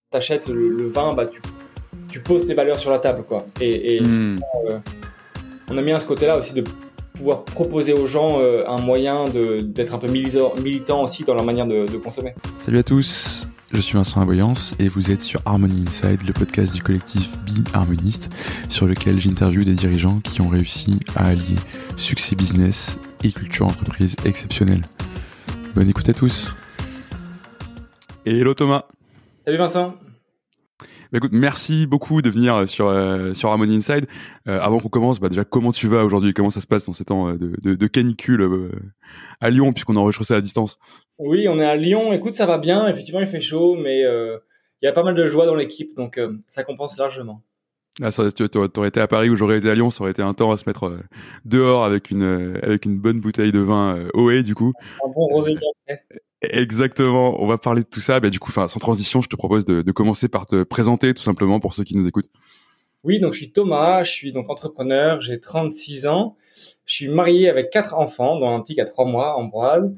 t'achètes le vin, tu poses tes valeurs sur la table, quoi. Et on a mis à ce côté-là aussi de pouvoir proposer aux gens un moyen d'être un peu militant aussi dans leur manière de consommer. Salut à tous, je suis Vincent Aboyance et vous êtes sur Harmony Inside, le podcast du collectif Be Harmoniste, sur lequel j'interviewe des dirigeants qui ont réussi à allier succès business et culture entreprise exceptionnelle. Bonne écoute à tous. Et hello Thomas. Salut Vincent. Bah écoute, merci beaucoup de venir sur Harmony Inside. Avant qu'on commence, déjà comment tu vas aujourd'hui? Comment ça se passe dans ces temps de canicule à Lyon, puisqu'on enregistre ça à distance? Oui, on est à Lyon. Écoute, ça va bien. Effectivement, il fait chaud, mais il y a pas mal de joie dans l'équipe, donc ça compense largement. Ah, ça, t'aurais été à Paris ou j'aurais été à Lyon, ça aurait été un temps à se mettre dehors avec une bonne bouteille de vin OE du coup. Un bon rosé. Exactement, on va parler de tout ça. Du coup, sans transition, je te propose de commencer par te présenter tout simplement pour ceux qui nous écoutent. Oui, donc je suis Thomas, je suis donc entrepreneur, j'ai 36 ans, je suis marié avec 4 enfants, dont un petit qui a 3 mois, Ambroise.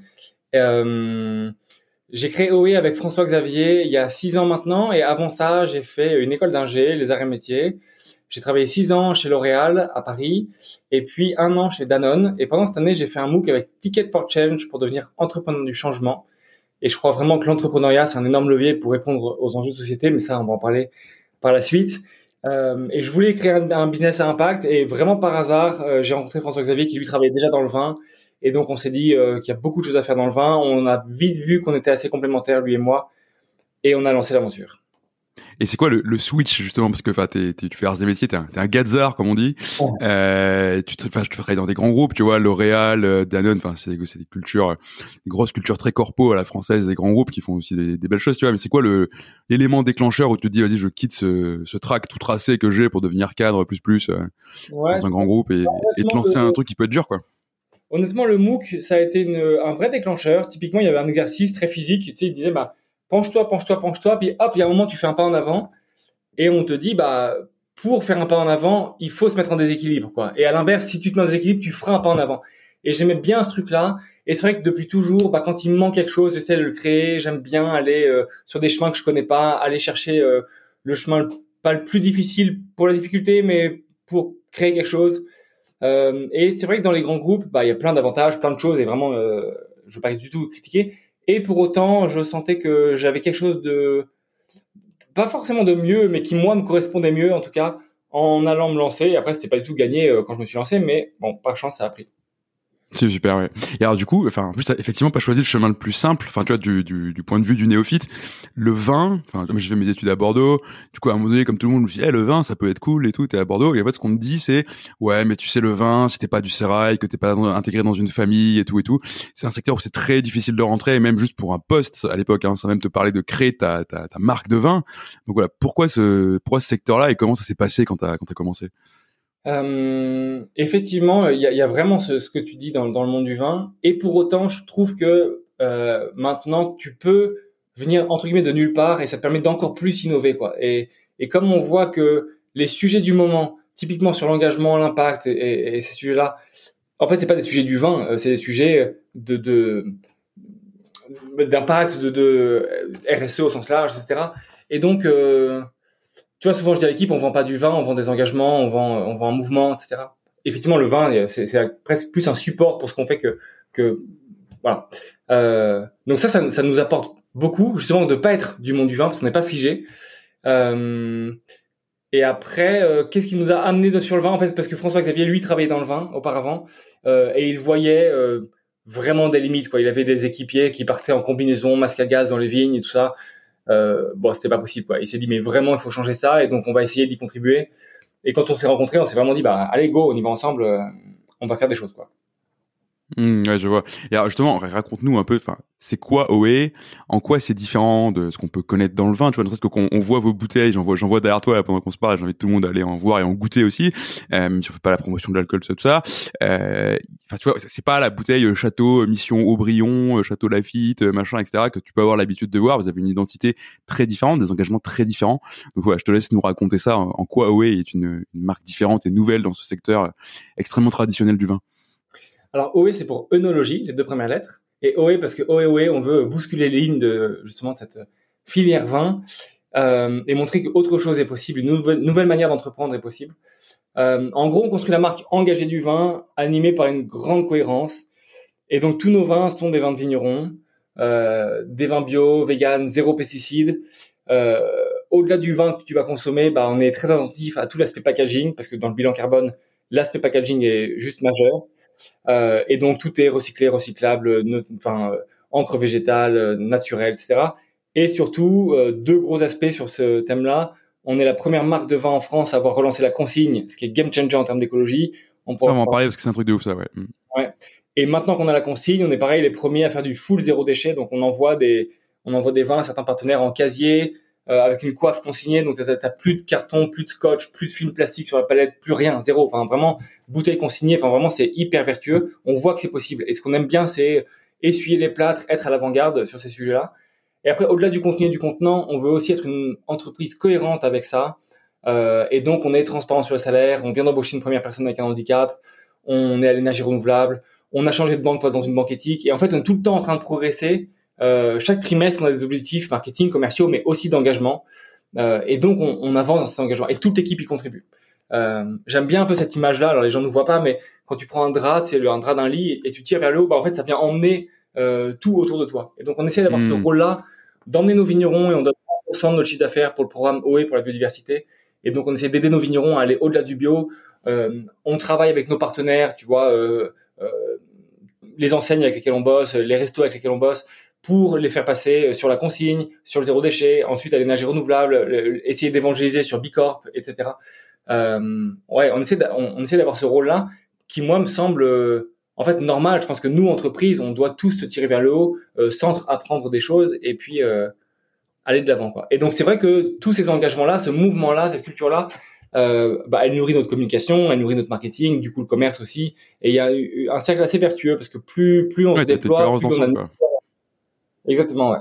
J'ai créé OE avec François-Xavier il y a 6 ans maintenant, et avant ça, j'ai fait une école d'ingé, les arts et métiers. J'ai travaillé 6 ans chez L'Oréal à Paris, et puis 1 an chez Danone. Et pendant cette année, j'ai fait un MOOC avec Ticket for Change pour devenir entrepreneur du changement. Et je crois vraiment que l'entrepreneuriat, c'est un énorme levier pour répondre aux enjeux de société, mais ça, on va en parler par la suite. Et je voulais créer un business à impact, et vraiment par hasard, j'ai rencontré François-Xavier qui lui travaillait déjà dans le vin. Et donc, on s'est dit qu'il y a beaucoup de choses à faire dans le vin. On a vite vu qu'on était assez complémentaires, lui et moi, et on a lancé l'aventure. Et c'est quoi le switch justement, parce que tu fais arts et métiers, t'es un gazard comme on dit. Oh. Tu travailles dans des grands groupes, tu vois, L'Oréal, Danone, c'est des cultures, des grosses cultures très corpo à la française, des grands groupes qui font aussi des belles choses, tu vois. Mais c'est quoi l'élément déclencheur où tu te dis vas-y, je quitte ce track tout tracé que j'ai pour devenir cadre dans un grand groupe et te lancer un truc qui peut être dur, quoi. Honnêtement, le MOOC, ça a été un vrai déclencheur. Typiquement, il y avait un exercice très physique. Tu sais, il disait, penche-toi. Puis hop, il y a un moment, tu fais un pas en avant. Et on te dit, pour faire un pas en avant, il faut se mettre en déséquilibre, quoi. Et à l'inverse, si tu te mets en déséquilibre, tu feras un pas en avant. Et j'aimais bien ce truc-là. Et c'est vrai que depuis toujours, quand il me manque quelque chose, j'essaie de le créer. J'aime bien aller sur des chemins que je connais pas, aller chercher le chemin pas le plus difficile pour la difficulté, mais pour créer quelque chose. Et c'est vrai que dans les grands groupes, il y a plein d'avantages, plein de choses, et vraiment, je veux pas du tout critiquer. Et pour autant, je sentais que j'avais quelque chose pas forcément de mieux, mais qui moi me correspondait mieux, en tout cas, en allant me lancer. Et après, c'était pas du tout gagné quand je me suis lancé, mais bon, par chance, ça a pris. C'est super, ouais. Et alors du coup, en plus t'as effectivement pas choisi le chemin le plus simple. Tu vois, du point de vue du néophyte, le vin. Moi j'ai fait mes études à Bordeaux. Du coup, à un moment donné, comme tout le monde, je me suis dit, le vin, ça peut être cool et tout. T'es à Bordeaux. Et en fait, ce qu'on me dit, c'est, ouais, mais tu sais, le vin, si t'es pas du sérail, que t'es pas intégré dans une famille et tout, c'est un secteur où c'est très difficile de rentrer. Et même juste pour un poste à l'époque, sans même te parler de créer ta marque de vin. Donc voilà, pourquoi ce secteur-là et comment ça s'est passé quand t'as commencé? Effectivement, il y a vraiment ce que tu dis dans le monde du vin, et pour autant, je trouve que maintenant, tu peux venir entre guillemets de nulle part, et ça te permet d'encore plus innover, quoi. Et comme on voit que les sujets du moment, typiquement sur l'engagement, l'impact et ces sujets-là, en fait, c'est pas des sujets du vin, c'est des sujets d'impact, de RSE au sens large, etc. Et donc tu vois, souvent je dis à l'équipe, on vend pas du vin, on vend des engagements, on vend un mouvement, etc. Effectivement, le vin, c'est presque plus un support pour ce qu'on fait que voilà. Donc ça nous apporte beaucoup, justement, de pas être du monde du vin, parce qu'on n'est pas figé. Et après, qu'est-ce qui nous a amené sur le vin, en fait, parce que François-Xavier, lui, travaillait dans le vin auparavant, et il voyait vraiment des limites, quoi. Il avait des équipiers qui partaient en combinaison, masque à gaz dans les vignes et tout ça. C'était pas possible, quoi. Il s'est dit, mais vraiment, il faut changer ça, et donc on va essayer d'y contribuer. Et quand on s'est rencontrés, on s'est vraiment dit, allez, go, on y va ensemble, on va faire des choses, quoi. Ouais, je vois. Et alors justement, raconte-nous un peu, c'est quoi OE? En quoi c'est différent de ce qu'on peut connaître dans le vin? Tu vois, parce qu'on voit vos bouteilles, j'en vois derrière toi là, pendant qu'on se parle. J'invite tout le monde à aller en voir et en goûter aussi. Même si on fait pas la promotion de l'alcool, tout ça. Tu vois, c'est pas la bouteille Château Mission Aubryon, Château Lafite, machin, etc. que tu peux avoir l'habitude de voir. Vous avez une identité très différente, des engagements très différents. Donc voilà, je te laisse nous raconter ça. En quoi OE est une marque différente et nouvelle dans ce secteur extrêmement traditionnel du vin. Alors, OE, c'est pour œnologie, les 2 premières lettres. Et OE, parce que OE, on veut bousculer les lignes de cette filière vin. et montrer qu'autre chose est possible, une nouvelle manière d'entreprendre est possible. En gros, on construit la marque Engagée du vin, animée par une grande cohérence. Et donc, tous nos vins sont des vins de vignerons, des vins bio, vegan, zéro pesticide. Au-delà du vin que tu vas consommer, on est très attentif à tout l'aspect packaging, parce que dans le bilan carbone, l'aspect packaging est juste majeur. Et donc, tout est recyclé, recyclable, encre végétale, naturelle, etc. Et surtout, deux gros aspects sur ce thème-là. On est la première marque de vin en France à avoir relancé la consigne, ce qui est game changer en termes d'écologie. On va en parler parce que c'est un truc de ouf, ça, ouais. Ouais. Et maintenant qu'on a la consigne, on est pareil, les premiers à faire du full zéro déchet. Donc, on envoie des vins à certains partenaires en casier, avec une coiffe consignée. Donc, t'as plus de carton, plus de scotch, plus de film plastique sur la palette, plus rien, zéro. Enfin, vraiment, bouteille consignée. Enfin, vraiment, c'est hyper vertueux. On voit que c'est possible. Et ce qu'on aime bien, c'est essuyer les plâtres, être à l'avant-garde sur ces sujets-là. Et après, au-delà du contenu et du contenant, on veut aussi être une entreprise cohérente avec ça. Et donc, on est transparent sur le salaire. On vient d'embaucher une première personne avec un handicap. On est à l'énergie renouvelable. On a changé de banque, passe dans une banque éthique. Et en fait, on est tout le temps en train de progresser. Chaque trimestre, on a des objectifs marketing, commerciaux, mais aussi d'engagement. Et donc, on avance dans cet engagement. Et toute l'équipe y contribue. J'aime bien un peu cette image-là. Alors, les gens ne voient pas, mais quand tu prends un drap, c'est un drap d'un lit, et tu tires vers le haut, en fait, ça vient emmener tout autour de toi. Et donc, on essaie d'avoir ce rôle-là, d'emmener nos vignerons, et on donne 1% de notre chiffre d'affaires pour le programme OE pour la biodiversité. Et donc, on essaie d'aider nos vignerons à aller au-delà du bio. On travaille avec nos partenaires, tu vois, les enseignes avec lesquelles on bosse, les restos avec lesquels on bosse, pour les faire passer sur la consigne, sur le zéro déchet, ensuite à l'énergie renouvelable, essayer d'évangéliser sur Bicorp, etc. On essaie d'avoir ce rôle-là qui, moi, me semble en fait normal. Je pense que nous, entreprises, on doit tous se tirer vers le haut, s'entre-apprendre des choses et puis aller de l'avant, quoi. Et donc, c'est vrai que tous ces engagements-là, ce mouvement-là, cette culture-là, elle nourrit notre communication, elle nourrit notre marketing, du coup le commerce aussi. Et il y a un cercle assez vertueux parce que plus on se déploie, plus on a... Exactement,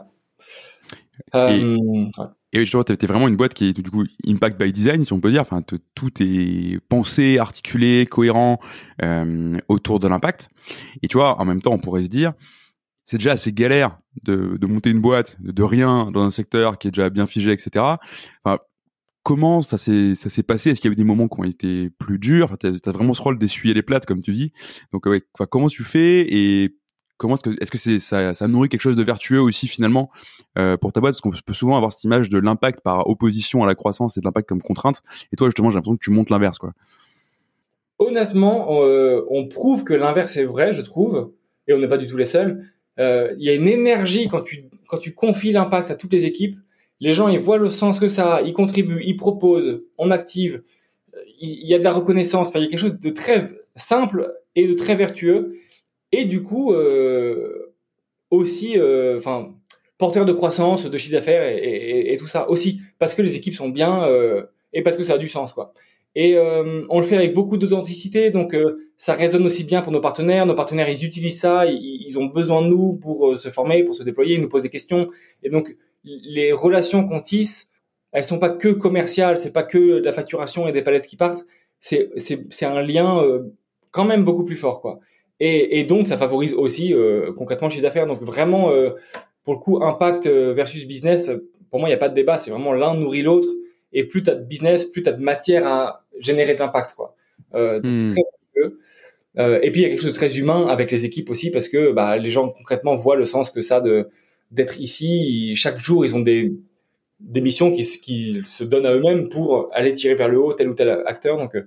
ouais. Et je vois, t'es vraiment une boîte qui est du coup impact by design, si on peut dire. Enfin, tout est pensé, articulé, cohérent autour de l'impact. Et tu vois, en même temps, on pourrait se dire, c'est déjà assez galère de monter une boîte de rien dans un secteur qui est déjà bien figé, etc. Enfin, comment ça s'est passé? Est-ce qu'il y a eu des moments qui ont été plus durs? Enfin, t'as vraiment ce rôle d'essuyer les plâtres, comme tu dis. Donc, ouais, enfin, comment tu fais et comment est-ce que ça nourrit quelque chose de vertueux aussi finalement pour ta boîte? Parce qu'on peut souvent avoir cette image de l'impact par opposition à la croissance et de l'impact comme contrainte. Et toi, justement, j'ai l'impression que tu montes l'inverse, quoi. Honnêtement, on prouve que l'inverse est vrai, je trouve, et on n'est pas du tout les seuls. Il y a une énergie quand tu confies l'impact à toutes les équipes. Les gens, ils voient le sens que ça a, ils contribuent, ils proposent, on active. Il y a de la reconnaissance. Enfin, il y a quelque chose de très simple et de très vertueux. Et du coup, aussi, porteur de croissance, de chiffre d'affaires et tout ça aussi, parce que les équipes sont bien et parce que ça a du sens, quoi. Et on le fait avec beaucoup d'authenticité, donc ça résonne aussi bien pour nos partenaires. Nos partenaires, ils utilisent ça, ils ont besoin de nous pour se former, pour se déployer, ils nous posent des questions. Et donc, les relations qu'on tisse, elles sont pas que commerciales, c'est pas que de la facturation et des palettes qui partent. C'est un lien quand même beaucoup plus fort, quoi. Et donc, ça favorise aussi concrètement le chiffre d'affaires. Donc vraiment, pour le coup, impact versus business, pour moi, il n'y a pas de débat. C'est vraiment l'un nourrit l'autre. Et plus tu as de business, plus tu as de matière à générer de l'impact, quoi. Donc c'est très vertueux. Et puis, il y a quelque chose de très humain avec les équipes aussi, parce que les gens concrètement voient le sens que ça d'être ici. Chaque jour, ils ont des missions qui se donnent à eux-mêmes pour aller tirer vers le haut tel ou tel acteur. Donc,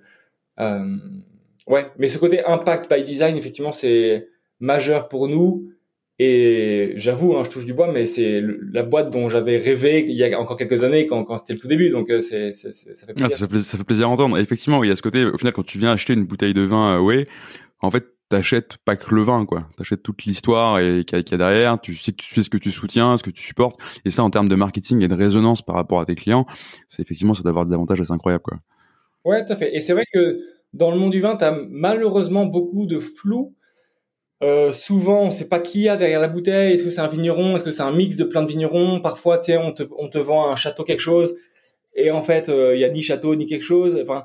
ouais, mais ce côté impact by design, effectivement, c'est majeur pour nous. Et j'avoue, je touche du bois, mais c'est la boîte dont j'avais rêvé il y a encore quelques années quand c'était le tout début. Donc, ça fait plaisir. Ça fait plaisir à entendre. Et effectivement, il y a ce côté, au final, quand tu viens acheter une bouteille de vin, en fait, t'achètes pas que le vin, quoi. T'achètes toute l'histoire qu'il y a derrière. Tu sais ce que tu soutiens, ce que tu supportes. Et ça, en termes de marketing et de résonance par rapport à tes clients, c'est effectivement, ça doit avoir des avantages assez incroyables, quoi. Ouais, tout à fait. Et c'est vrai que dans le monde du vin, t'as malheureusement beaucoup de flou. Souvent, on sait pas qui y a derrière la bouteille. Est-ce que c'est un vigneron? Est-ce que c'est un mix de plein de vignerons? Parfois, tu sais, on te vend un château quelque chose. Et en fait, il y a ni château, ni quelque chose. Enfin,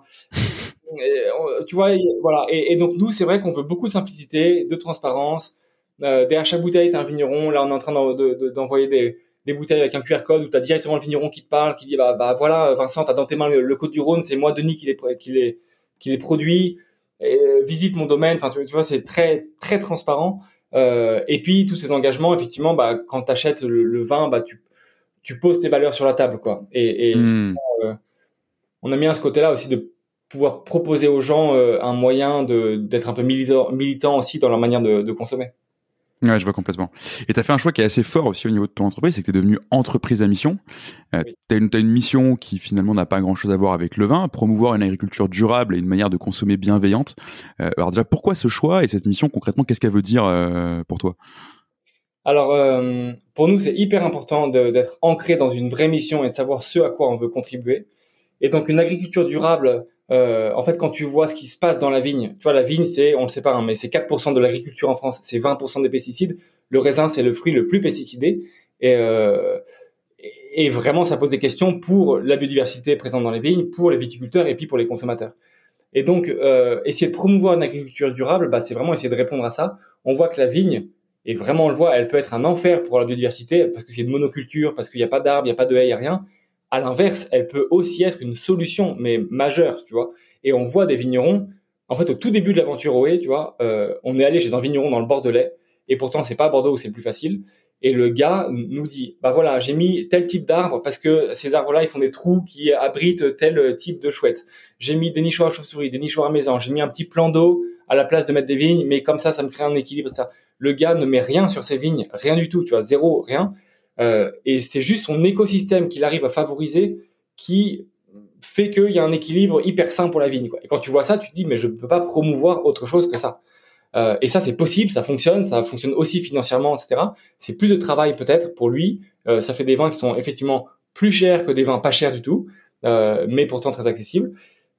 tu vois, voilà. Et donc, nous, c'est vrai qu'on veut beaucoup de simplicité, de transparence. Derrière chaque bouteille, t'as un vigneron. Là, on est en train d'envoyer des bouteilles avec un QR code où tu as directement le vigneron qui te parle, qui dit bah voilà Vincent, tu as dans tes mains le Côte du Rhône, c'est moi Denis qui les produit, visite mon domaine, enfin tu vois, c'est très très transparent. Et puis tous ces engagements, effectivement, bah quand tu achètes le vin, bah tu poses tes valeurs sur la table, quoi. Et on a mis à ce côté-là aussi de pouvoir proposer aux gens un moyen d'être un peu militant aussi dans leur manière de consommer. Ouais, je vois complètement. Et tu as fait un choix qui est assez fort aussi au niveau de ton entreprise, c'est que tu es devenu entreprise à mission. Oui. T'as une mission qui finalement n'a pas grand-chose à voir avec le vin, promouvoir une agriculture durable et une manière de consommer bienveillante. Alors déjà, pourquoi ce choix et cette mission, concrètement, qu'est-ce qu'elle veut dire pour toi? Alors, pour nous, c'est hyper important d'être ancré dans une vraie mission et de savoir ce à quoi on veut contribuer. Et donc, une agriculture durable, en fait, quand tu vois ce qui se passe dans la vigne, tu vois, la vigne, on le sait pas, hein, mais c'est 4% de l'agriculture en France, c'est 20% des pesticides. Le raisin, c'est le fruit le plus pesticidé. Et vraiment, ça pose des questions pour la biodiversité présente dans les vignes, pour les viticulteurs et puis pour les consommateurs. Et donc, essayer de promouvoir une agriculture durable, bah, c'est vraiment essayer de répondre à ça. On voit que la vigne, et vraiment on le voit, elle peut être un enfer pour la biodiversité, parce que c'est une monoculture, parce qu'il n'y a pas d'arbres, il n'y a pas de haies, il n'y a rien. À l'inverse, elle peut aussi être une solution, mais majeure, tu vois. Et on voit des vignerons, en fait, au tout début de l'aventure OE, tu vois, on est allé chez un vigneron dans le Bordelais, et pourtant c'est pas à Bordeaux où c'est le plus facile. Et le gars nous dit, bah voilà, j'ai mis tel type d'arbre parce que ces arbres-là, ils font des trous qui abritent tel type de chouette. J'ai mis des nichoirs à chauves-souris, des nichoirs à mésanges. J'ai mis un petit plan d'eau à la place de mettre des vignes, mais comme ça me crée un équilibre. Ça. Le gars ne met rien sur ses vignes, rien du tout, tu vois, zéro, rien. Et c'est juste son écosystème qu'il arrive à favoriser qui fait qu'il y a un équilibre hyper sain pour la vigne, quoi. Et quand tu vois ça, tu te dis, mais je ne peux pas promouvoir autre chose que ça. Et ça, c'est possible, ça fonctionne aussi financièrement, etc. C'est plus de travail peut-être pour lui. Ça fait des vins qui sont effectivement plus chers que des vins pas chers du tout, mais pourtant très accessibles.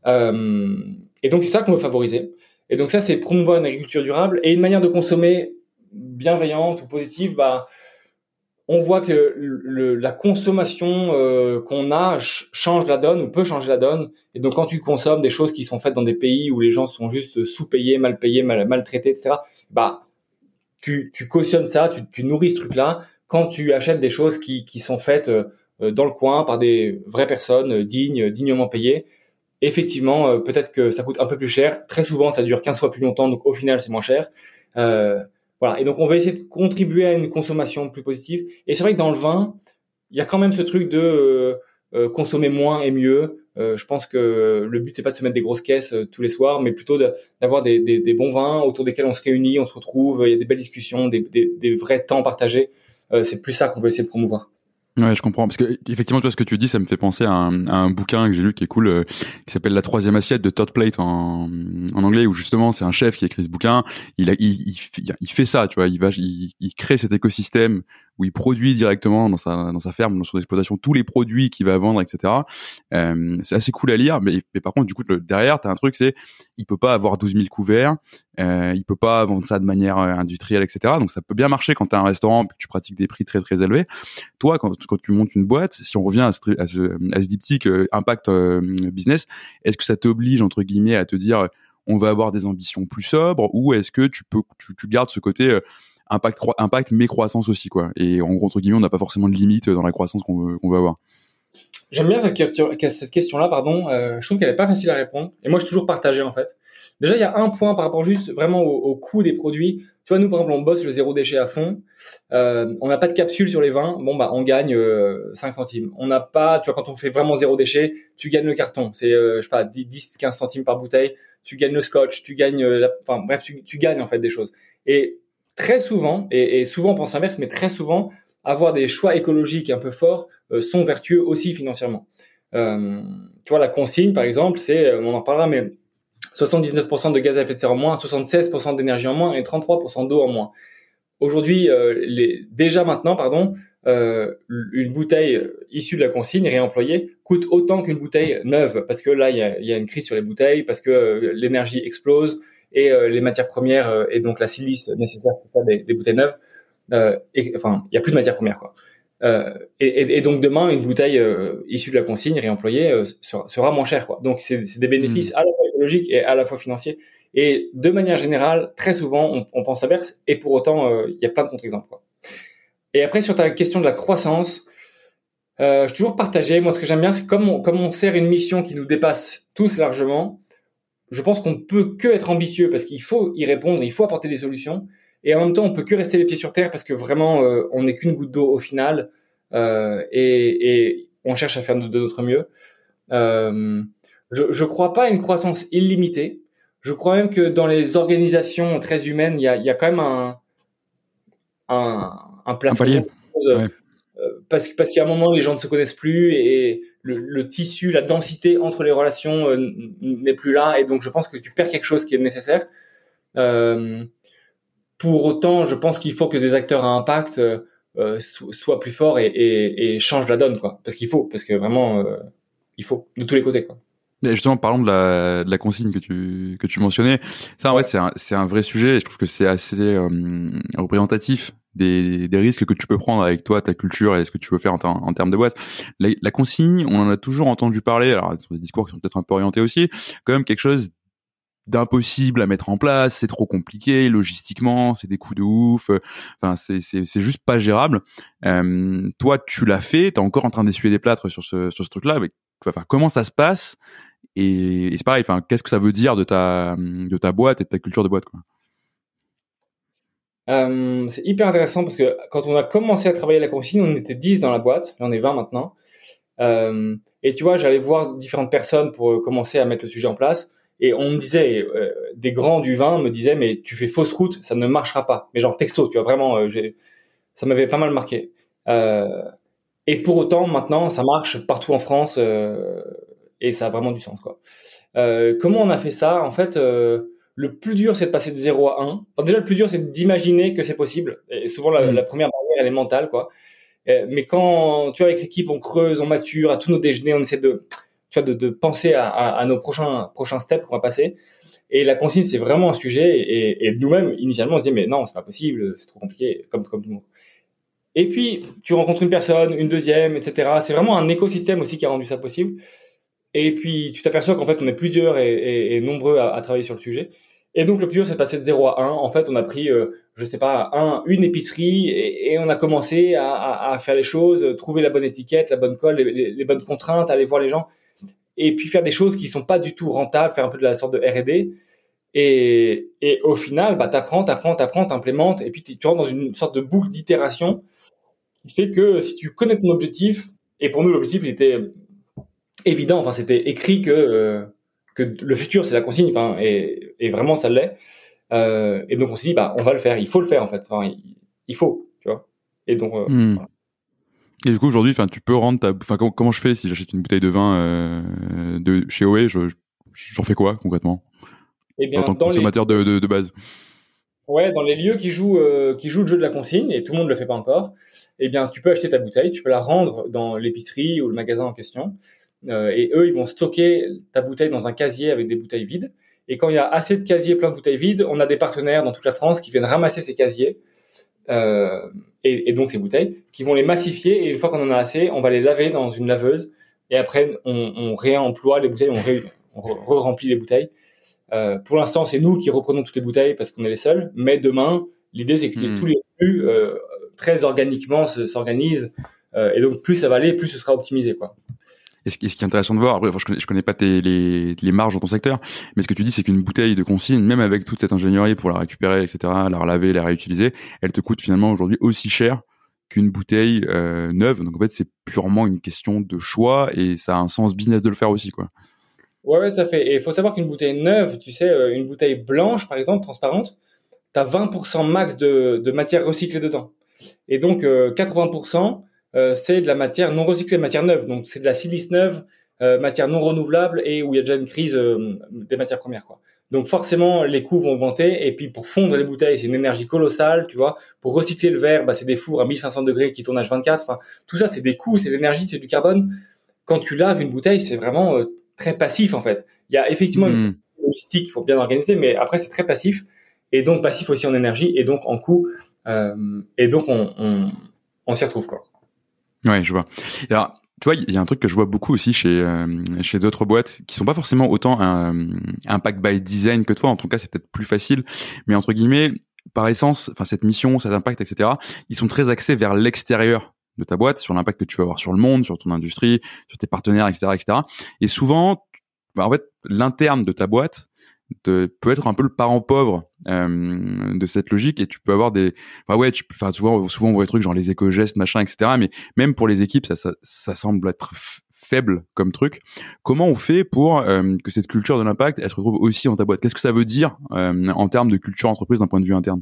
Et donc, c'est ça qu'on veut favoriser. Et donc ça, c'est promouvoir une agriculture durable et une manière de consommer bienveillante ou positive. Bah, on voit que la consommation qu'on a change la donne ou peut changer la donne. Et donc, quand tu consommes des choses qui sont faites dans des pays où les gens sont juste sous-payés, maltraités, etc., bah, tu cautionnes ça, tu nourris ce truc-là quand tu achètes des choses qui sont faites dans le coin par des vraies personnes dignement payées. Effectivement, peut-être que ça coûte un peu plus cher. Très souvent, ça dure 15 fois plus longtemps, donc au final, c'est moins cher. Voilà. Et donc, on va essayer de contribuer à une consommation plus positive. Et c'est vrai que dans le vin, il y a quand même ce truc de consommer moins et mieux. Je pense que le but, c'est pas de se mettre des grosses caisses tous les soirs, mais plutôt d'avoir des bons vins autour desquels on se réunit, on se retrouve, il y a des belles discussions, des vrais temps partagés. C'est plus ça qu'on veut essayer de promouvoir. Ouais, je comprends. Parce que, effectivement, toi, ce que tu dis, ça me fait penser à un bouquin que j'ai lu qui est cool, qui s'appelle La troisième assiette de Todd Plate en anglais, où justement, c'est un chef qui a écrit ce bouquin. Il fait ça, tu vois. Il crée cet écosystème où il produit directement dans sa ferme, dans son exploitation, tous les produits qu'il va vendre, etc. C'est assez cool à lire. Mais par contre, du coup, derrière, t'as un truc, il peut pas avoir 12 000 couverts. Il peut pas vendre ça de manière industrielle, etc. Donc, ça peut bien marcher quand t'as un restaurant et que tu pratiques des prix très, très élevés. Toi, quand tu montes une boîte, si on revient à ce diptyque impact business, est-ce que ça t'oblige, entre guillemets, à te dire on va avoir des ambitions plus sobres, ou est-ce que tu gardes ce côté impact mais croissance aussi, quoi? Et en gros, entre guillemets, on n'a pas forcément de limite dans la croissance qu'on veut avoir. J'aime bien cette question-là, pardon. Je trouve qu'elle est pas facile à répondre. Et moi, je suis toujours partagé, en fait. Déjà, il y a un point par rapport juste vraiment au coût des produits. Tu vois, nous, par exemple, on bosse le zéro déchet à fond. On n'a pas de capsule sur les vins. Bon, bah, on gagne 5 centimes. On n'a pas, tu vois, quand on fait vraiment zéro déchet, tu gagnes le carton. C'est, je sais pas, 10, 15 centimes par bouteille. Tu gagnes le scotch, tu gagnes, enfin, bref, tu gagnes, en fait, des choses. Et très souvent, et souvent on pense l'inverse, mais très souvent, avoir des choix écologiques un peu forts sont vertueux aussi financièrement. Tu vois, la consigne, par exemple, on en parlera, mais 79% de gaz à effet de serre en moins, 76% d'énergie en moins et 33% d'eau en moins. Aujourd'hui, déjà maintenant, pardon, une bouteille issue de la consigne réemployée coûte autant qu'une bouteille neuve, parce que là, il y a une crise sur les bouteilles, parce que l'énergie explose et les matières premières et donc la silice nécessaire pour faire des bouteilles neuves. Enfin, il y a plus de matières premières, quoi. Et donc demain, une bouteille issue de la consigne réemployée sera moins chère, quoi. Donc c'est des bénéfices à la fois écologiques et à la fois financiers. Et de manière générale, très souvent, on pense inverse, et pour autant, il y a plein de contre-exemples, quoi. Et après, sur ta question de la croissance, je suis toujours partagé. Moi, ce que j'aime bien, c'est comme on sert une mission qui nous dépasse tous largement, je pense qu'on ne peut que être ambitieux parce qu'il faut y répondre, il faut apporter des solutions. Et en même temps, on peut que rester les pieds sur terre parce que vraiment, on n'est qu'une goutte d'eau au final, et on cherche à faire de notre mieux. Je crois pas à une croissance illimitée. Je crois même que dans les organisations très humaines, il y a quand même un plafond. Un palier. Ouais. Parce qu'il y a un moment, les gens ne se connaissent plus et le tissu, la densité entre les relations n'est plus là. Et donc, je pense que tu perds quelque chose qui est nécessaire. Pour autant, je pense qu'il faut que des acteurs à impact soient plus forts et changent la donne, quoi. Parce que vraiment, il faut de tous les côtés, quoi. Mais justement, parlons de la consigne que tu mentionnais. Ça, en vrai, c'est un vrai sujet et je trouve que c'est assez représentatif des risques que tu peux prendre avec toi, ta culture et ce que tu veux faire en termes de boîte. La consigne, on en a toujours entendu parler, alors des discours qui sont peut-être un peu orientés aussi, quand même quelque chose d'impossible à mettre en place, c'est trop compliqué logistiquement, c'est des coûts de ouf, enfin c'est juste pas gérable. Toi, tu l'as fait, t'es encore en train d'essuyer des plâtres sur ce truc-là, mais enfin, comment ça se passe? Et c'est pareil, enfin, qu'est-ce que ça veut dire de ta boîte et de ta culture de boîte, quoi? C'est hyper intéressant parce que quand on a commencé à travailler la consigne, on était 10 dans la boîte, là on est 20 maintenant. Et tu vois, j'allais voir différentes personnes pour commencer à mettre le sujet en place. Et on me disait, des grands du vin me disaient, mais tu fais fausse route, ça ne marchera pas. Mais genre texto, tu vois, vraiment, ça m'avait pas mal marqué. Et pour autant, maintenant, ça marche partout en France, et ça a vraiment du sens, quoi. Comment on a fait ça? En fait, le plus dur, c'est de passer de 0 à 1. Enfin, déjà, le plus dur, c'est d'imaginer que c'est possible. Et souvent, la première barrière, elle est mentale, quoi. Mais quand, tu vois, avec l'équipe, on creuse, on mature, à tous nos déjeuners, on essaie de penser à nos prochains steps qu'on va passer. Et la consigne, c'est vraiment un sujet. Et nous-mêmes, initialement, on se dit, mais non, c'est pas possible, c'est trop compliqué, comme tout le monde. Et puis, tu rencontres une personne, une deuxième, etc. C'est vraiment un écosystème aussi qui a rendu ça possible. Et puis, tu t'aperçois qu'en fait, on est plusieurs et nombreux à travailler sur le sujet. Et donc, le plus dur, c'est de passer de 0 à 1. En fait, on a pris, je sais pas, une épicerie et on a commencé à faire les choses, trouver la bonne étiquette, la bonne colle, les bonnes contraintes, aller voir les gens. Et puis, faire des choses qui sont pas du tout rentables, faire un peu de la sorte de R&D. Et au final, bah, t'apprends, t'implémentes. Et puis, tu rentres dans une sorte de boucle d'itération qui fait que si tu connais ton objectif, et pour nous, l'objectif, il était évident, enfin, c'était écrit que le futur, c'est la consigne, enfin, et vraiment, ça l'est. Et donc, on s'est dit, bah, on va le faire, il faut le faire, en fait. Enfin, il faut, tu vois. Et donc, voilà. Et du coup, aujourd'hui, enfin, tu peux rendre comment je fais si j'achète une bouteille de vin, de chez OE, j'en fais quoi, concrètement? Eh bien, en tant que consommateur de base. Ouais, dans les lieux qui jouent le jeu de la consigne, et tout le monde le fait pas encore, eh bien, tu peux acheter ta bouteille, tu peux la rendre dans l'épicerie ou le magasin en question, et eux, ils vont stocker ta bouteille dans un casier avec des bouteilles vides. Et quand il y a assez de casiers pleins de bouteilles vides, on a des partenaires dans toute la France qui viennent ramasser ces casiers, et donc ces bouteilles, qui vont les massifier, et une fois qu'on en a assez, on va les laver dans une laveuse, et après, on réemploie les bouteilles, on re-remplit les bouteilles. Pour l'instant, c'est nous qui reprenons toutes les bouteilles parce qu'on est les seuls. Mais demain, l'idée, c'est que tous les flux, très organiquement, s'organisent. Et donc, plus ça va aller, plus ce sera optimisé, quoi. Et ce qui est intéressant de voir, après, je connais pas les marges dans ton secteur, mais ce que tu dis, c'est qu'une bouteille de consigne, même avec toute cette ingénierie pour la récupérer, etc., la relaver, la réutiliser, elle te coûte finalement aujourd'hui aussi cher qu'une bouteille neuve. Donc en fait, c'est purement une question de choix et ça a un sens business de le faire aussi, quoi. Ouais, tout à fait. Et il faut savoir qu'une bouteille neuve, tu sais, une bouteille blanche, par exemple, transparente, tu as 20% max de matière recyclée dedans. Et donc, 80%, c'est de la matière non recyclée, matière neuve. Donc, c'est de la silice neuve, matière non renouvelable et où il y a déjà une crise des matières premières, quoi. Donc, forcément, les coûts vont augmenter. Et puis, pour fondre les bouteilles, c'est une énergie colossale, tu vois. Pour recycler le verre, bah, c'est des fours à 1500 degrés qui tournent H24. Enfin, tout ça, c'est des coûts, c'est de l'énergie, c'est du carbone. Quand tu laves une bouteille, c'est vraiment très passif, en fait. Il y a effectivement une logistique qu'il faut bien organiser, mais après, c'est très passif. Et donc, passif aussi en énergie et donc en coût. Et donc, on s'y retrouve, quoi. Ouais, je vois. Alors, tu vois, il y a un truc que je vois beaucoup aussi chez d'autres boîtes qui sont pas forcément autant impact by design que toi. En tout cas, c'est peut-être plus facile. Mais entre guillemets, par essence, enfin cette mission, cet impact, etc. Ils sont très axés vers l'extérieur de ta boîte, sur l'impact que tu vas avoir sur le monde, sur ton industrie, sur tes partenaires, etc., etc. Et souvent, en fait, l'interne de ta boîte peut être un peu le parent pauvre de cette logique, et tu peux avoir souvent on voit des trucs genre les éco-gestes, machin, etc. Mais même pour les équipes, ça semble être faible comme truc. Comment on fait pour que cette culture de l'impact, elle se retrouve aussi dans ta boîte? Qu'est-ce que ça veut dire en termes de culture entreprise d'un point de vue interne?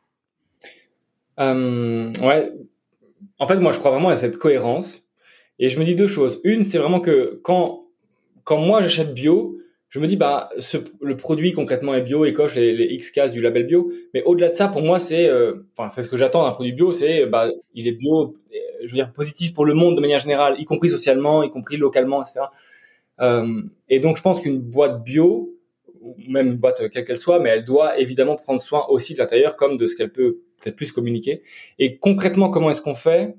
Ouais. En fait, moi, je crois vraiment à cette cohérence. Et je me dis deux choses. Une, c'est vraiment que quand moi j'achète bio, je me dis le produit concrètement est bio et coche les X cases du label bio. Mais au-delà de ça, pour moi, c'est ce que j'attends d'un produit bio, c'est il est bio, je veux dire positif pour le monde de manière générale, y compris socialement, y compris localement, etc. Et donc je pense qu'une boîte bio, ou même une boîte quelle qu'elle soit, mais elle doit évidemment prendre soin aussi de l'intérieur comme de ce qu'elle peut peut-être plus communiquer. Et concrètement, comment est-ce qu'on fait?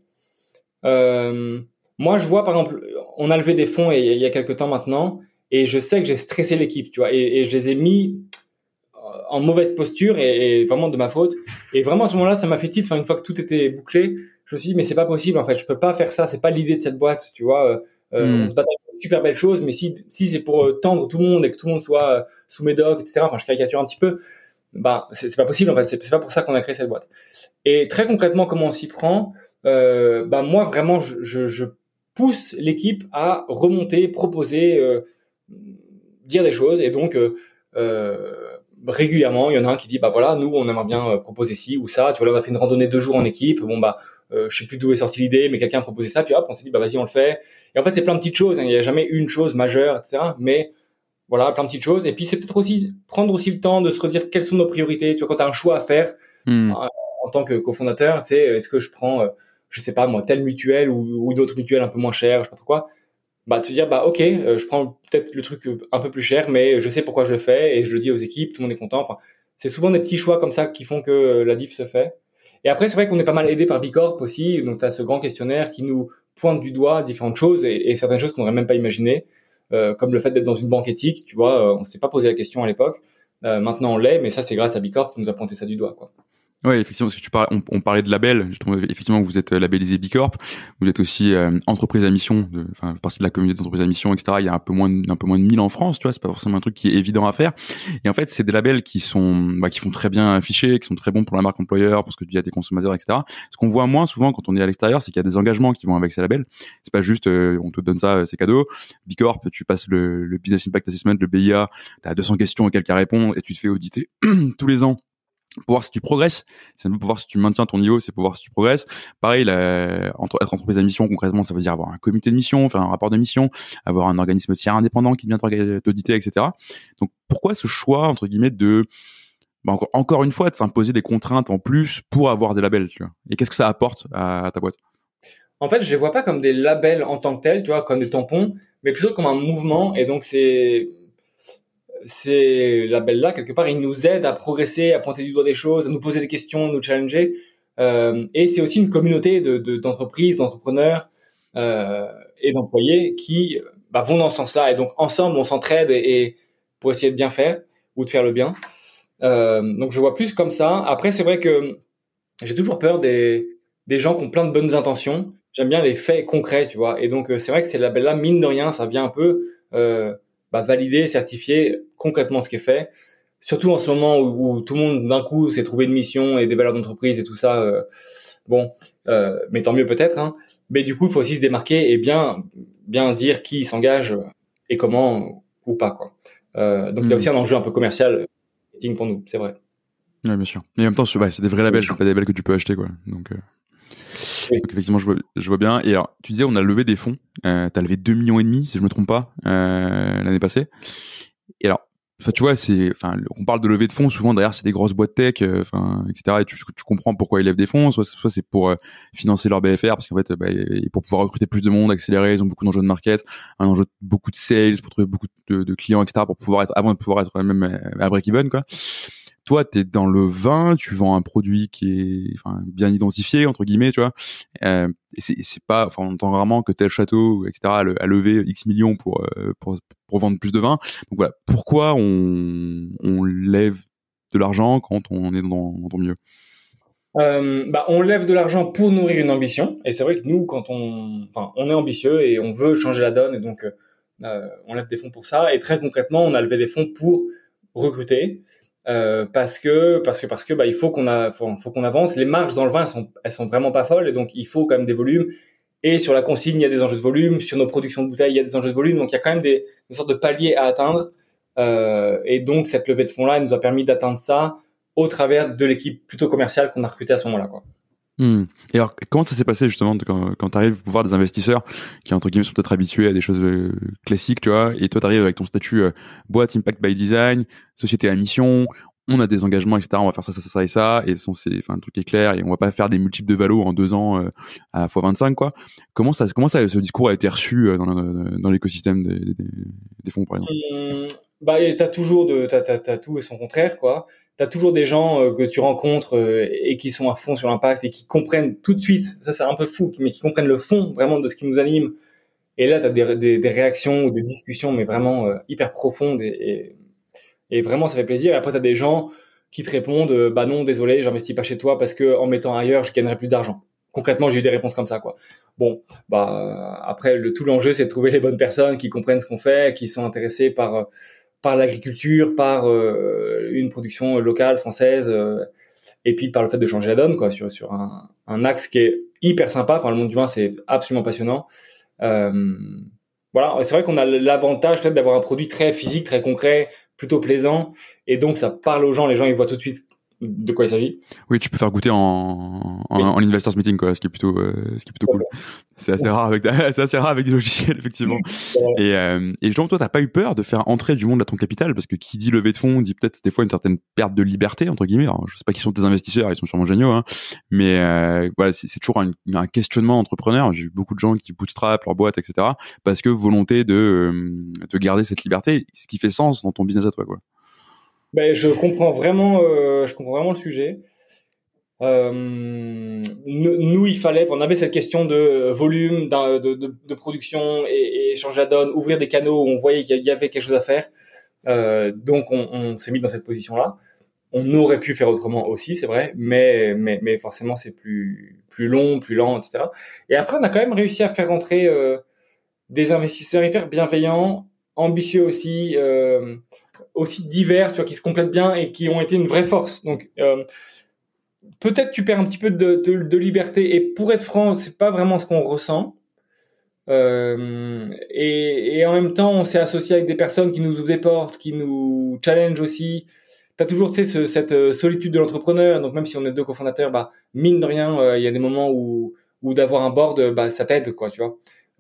Moi, je vois, par exemple, on a levé des fonds il y a quelques temps maintenant, et je sais que j'ai stressé l'équipe, tu vois, et je les ai mis en mauvaise posture, et vraiment de ma faute. Et vraiment, à ce moment-là, ça m'a fait tilt. Enfin, une fois que tout était bouclé, je me suis dit, mais c'est pas possible, en fait, je peux pas faire ça, c'est pas l'idée de cette boîte, tu vois. On se bat pour une super belle chose, mais si c'est pour tendre tout le monde et que tout le monde soit sous médoc, etc., enfin, je caricature un petit peu, c'est pas possible, en fait, c'est pas pour ça qu'on a créé cette boîte. Et très concrètement, comment on s'y prend? Moi, vraiment, je pousse l'équipe à remonter, proposer, dire des choses. Et donc, régulièrement, il y en a un qui dit, voilà, nous, on aimerait bien proposer ci ou ça. Tu vois, là, on a fait une randonnée 2 jours en équipe. Je sais plus d'où est sortie l'idée, mais quelqu'un a proposé ça. Puis hop, on s'est dit, vas-y, on le fait. Et en fait, c'est plein de petites choses, hein. Il n'y a jamais une chose majeure, etc. Mais voilà, plein de petites choses. Et puis, c'est peut-être aussi prendre aussi le temps de se redire quelles sont nos priorités. Tu vois, quand tu as un choix à faire, en tant que cofondateur, tu sais, est-ce que je prends, je sais pas moi, telle mutuelle ou d'autres mutuelles un peu moins chères, je sais pas trop quoi. Te dire, ok, je prends peut-être le truc un peu plus cher, mais je sais pourquoi je le fais et je le dis aux équipes, tout le monde est content. Enfin, c'est souvent des petits choix comme ça qui font que la diff se fait. Et après, c'est vrai qu'on est pas mal aidé par Bicorp aussi. Donc, tu as ce grand questionnaire qui nous pointe du doigt différentes choses et certaines choses qu'on n'aurait même pas imaginées, comme le fait d'être dans une banque éthique. Tu vois, on s'est pas posé la question à l'époque. Maintenant, on l'est, mais ça, c'est grâce à Bicorp qui nous a pointé ça du doigt, quoi. Ouais, effectivement, parce que on parlait de label. Je trouve effectivement que vous êtes labellisé Bicorp. Vous êtes aussi entreprise à mission, partie de la communauté d'entreprises à mission, etc. Il y a un peu moins de 1000 en France, tu vois. C'est pas forcément un truc qui est évident à faire. Et en fait, c'est des labels qui font très bien affichés, qui sont très bons pour la marque employeur, parce que tu dis à tes consommateurs, etc. Ce qu'on voit moins souvent quand on est à l'extérieur, c'est qu'il y a des engagements qui vont avec ces labels. C'est pas juste on te donne ça, c'est cadeau. Bicorp, tu passes le Business Impact Assessment, le BIA, t'as 200 questions auxquelles tu réponds et tu te fais auditer tous les ans pour voir si tu progresses. C'est pour voir si tu maintiens ton niveau, c'est pour voir si tu progresses. Pareil, être entreprise à mission, concrètement, ça veut dire avoir un comité de mission, faire un rapport de mission, avoir un organisme tiers indépendant qui vient t'auditer, etc. Donc, pourquoi ce choix, entre guillemets, de, encore une fois, de s'imposer des contraintes en plus pour avoir des labels, tu vois? Et qu'est-ce que ça apporte à ta boîte? En fait, je les vois pas comme des labels en tant que tels, tu vois, comme des tampons, mais plutôt comme un mouvement. Et donc, ces labels-là, quelque part, ils nous aident à progresser, à pointer du doigt des choses, à nous poser des questions, nous challenger. Et c'est aussi une communauté d'entreprises, d'entrepreneurs et d'employés qui vont dans ce sens-là. Et donc, ensemble, on s'entraide et pour essayer de bien faire ou de faire le bien. Donc, je vois plus comme ça. Après, c'est vrai que j'ai toujours peur des gens qui ont plein de bonnes intentions. J'aime bien les faits concrets, tu vois. Et donc, c'est vrai que ces labels-là, mine de rien, ça vient un peu valider, certifier concrètement ce qui est fait. Surtout en ce moment où tout le monde, d'un coup, s'est trouvé une mission et des valeurs d'entreprise et tout ça. Mais tant mieux peut-être. Hein. Mais du coup, il faut aussi se démarquer et bien dire qui s'engage et comment ou pas, quoi. Donc, il y a aussi un enjeu un peu commercial pour nous, c'est vrai. Ouais, bien sûr. Et en même temps, c'est des vrais labels, c'est pas des labels que tu peux acheter, quoi. Donc effectivement, je vois bien. Et alors, tu disais, on a levé des fonds. T'as levé 2,5 millions, si je me trompe pas, l'année passée. Et alors, tu vois, on parle de levée de fonds, souvent derrière, c'est des grosses boîtes tech, etc. Et tu comprends pourquoi ils lèvent des fonds. Soit c'est pour financer leur BFR, parce qu'en fait, pour pouvoir recruter plus de monde, accélérer, ils ont beaucoup d'enjeux de market, un enjeu beaucoup de sales, pour trouver beaucoup de clients, etc. Avant de pouvoir être même à break-even, quoi. Toi, t'es dans le vin, tu vends un produit qui est bien identifié, entre guillemets, tu vois. Et c'est pas, on entend rarement que tel château, etc. a levé X millions pour vendre plus de vin. Donc voilà, pourquoi on lève de l'argent quand on est dans ton milieu? On lève de l'argent pour nourrir une ambition. Et c'est vrai que nous, on est ambitieux et on veut changer la donne. Et donc, on lève des fonds pour ça. Et très concrètement, on a levé des fonds pour recruter. Parce que, il faut qu'on avance. Les marges dans le vin, elles sont vraiment pas folles. Et donc, il faut quand même des volumes. Et sur la consigne, il y a des enjeux de volume. Sur nos productions de bouteilles, il y a des enjeux de volume. Donc, il y a quand même des sortes de paliers à atteindre. Et donc, cette levée de fonds-là, elle nous a permis d'atteindre ça au travers de l'équipe plutôt commerciale qu'on a recrutée à ce moment-là, quoi. Et alors, comment ça s'est passé justement quand tu arrives voir des investisseurs qui entre guillemets sont peut-être habitués à des choses classiques, tu vois, et toi tu arrives avec ton statut boîte Impact by Design, société à mission, on a des engagements, etc. On va faire ça et ça, et le truc est clair, et on va pas faire des multiples de valo en 2 ans à x25, quoi. Comment ça, ce discours a été reçu dans l'écosystème des fonds, par exemple? T'as tout et son contraire, quoi. T'as toujours des gens que tu rencontres et qui sont à fond sur l'impact et qui comprennent tout de suite, ça c'est un peu fou, mais qui comprennent le fond vraiment de ce qui nous anime. Et là, t'as des réactions ou des discussions, mais vraiment hyper profondes et vraiment ça fait plaisir. Et après, t'as des gens qui te répondent, bah non, désolé, j'investis pas chez toi parce que en mettant ailleurs, je gagnerai plus d'argent. Concrètement, j'ai eu des réponses comme ça, quoi. Bon, après, tout l'enjeu, c'est de trouver les bonnes personnes qui comprennent ce qu'on fait, qui sont intéressées par l'agriculture, par une production locale française, et puis par le fait de changer la donne, quoi, sur un axe qui est hyper sympa. Enfin, le monde du vin, c'est absolument passionnant. Voilà, c'est vrai qu'on a l'avantage peut-être d'avoir un produit très physique, très concret, plutôt plaisant, et donc ça parle aux gens. Les gens, ils voient tout de suite de quoi il s'agit. Oui, tu peux faire goûter en investors meeting, quoi, ce qui est plutôt cool. C'est assez rare avec des logiciels, effectivement. Et justement, toi, t'as pas eu peur de faire entrer du monde à ton capital, parce que qui dit levée de fonds dit peut-être des fois une certaine perte de liberté, entre guillemets. Alors, je sais pas qui sont tes investisseurs, ils sont sûrement géniaux, hein. Mais voilà, c'est toujours un questionnement entrepreneur. J'ai eu beaucoup de gens qui bootstrap leur boîte, etc. parce que volonté de garder cette liberté, ce qui fait sens dans ton business à toi, quoi. Je comprends vraiment le sujet. Nous, on avait cette question de volume, de production et changer la donne, ouvrir des canaux où on voyait qu'il y avait quelque chose à faire. Donc, on s'est mis dans cette position-là. On aurait pu faire autrement aussi, c'est vrai, mais forcément, c'est plus long, plus lent, etc. Et après, on a quand même réussi à faire rentrer des investisseurs hyper bienveillants, ambitieux aussi divers, tu vois, qui se complètent bien et qui ont été une vraie force. Donc, peut-être tu perds un petit peu de liberté. Et pour être franc, c'est pas vraiment ce qu'on ressent. Et en même temps, on s'est associé avec des personnes qui nous ouvrent des portes, qui nous challenge aussi. T'as toujours, tu sais, cette solitude de l'entrepreneur. Donc, même si on est 2 cofondateurs, mine de rien, il y a des moments où d'avoir un board, ça t'aide, quoi, tu vois.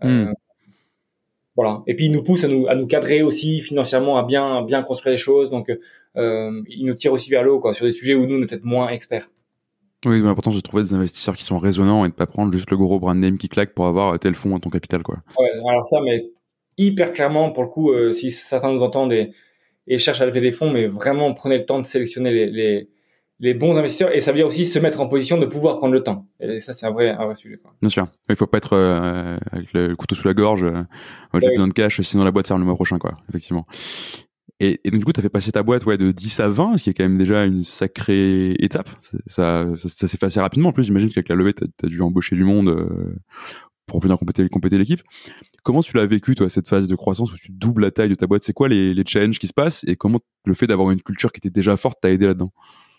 Voilà. Et puis, il nous pousse à nous cadrer aussi financièrement, à bien construire les choses. Donc, il nous tire aussi vers le haut, quoi, sur des sujets où nous, on est peut-être moins experts. Oui, l'important c'est de trouver des investisseurs qui sont résonnants et de pas prendre juste le gros brand name qui claque pour avoir tel fonds à ton capital, quoi. Ouais, alors ça, mais hyper clairement, pour le coup, si certains nous entendent et cherchent à lever des fonds, mais vraiment prenez le temps de sélectionner les bons investisseurs, et ça veut dire aussi se mettre en position de pouvoir prendre le temps. Et ça, c'est un vrai sujet, quoi. Bien sûr. Il faut pas être avec le couteau sous la gorge. J'ai besoin de cash, sinon la boîte ferme le mois prochain, quoi. Effectivement. Et donc du coup, t'as fait passer ta boîte de 10 à 20, ce qui est quand même déjà une sacrée étape. Ça s'est fait assez rapidement. En plus, j'imagine qu'avec la levée, t'as dû embaucher du monde pour bien compléter l'équipe. Comment tu l'as vécu, toi, cette phase de croissance où tu doubles la taille de ta boîte? C'est quoi les challenges qui se passent et comment le fait d'avoir une culture qui était déjà forte t'a aidé là-dedans?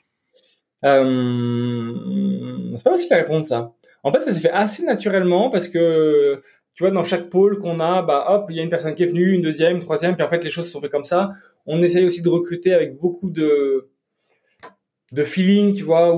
C'est pas facile à répondre, ça. En fait, ça s'est fait assez naturellement parce que, tu vois, dans chaque pôle qu'on a, hop, il y a une personne qui est venue, une deuxième, une troisième, puis en fait, les choses se sont fait comme ça. On essaye aussi de recruter avec beaucoup de feeling, tu vois, ou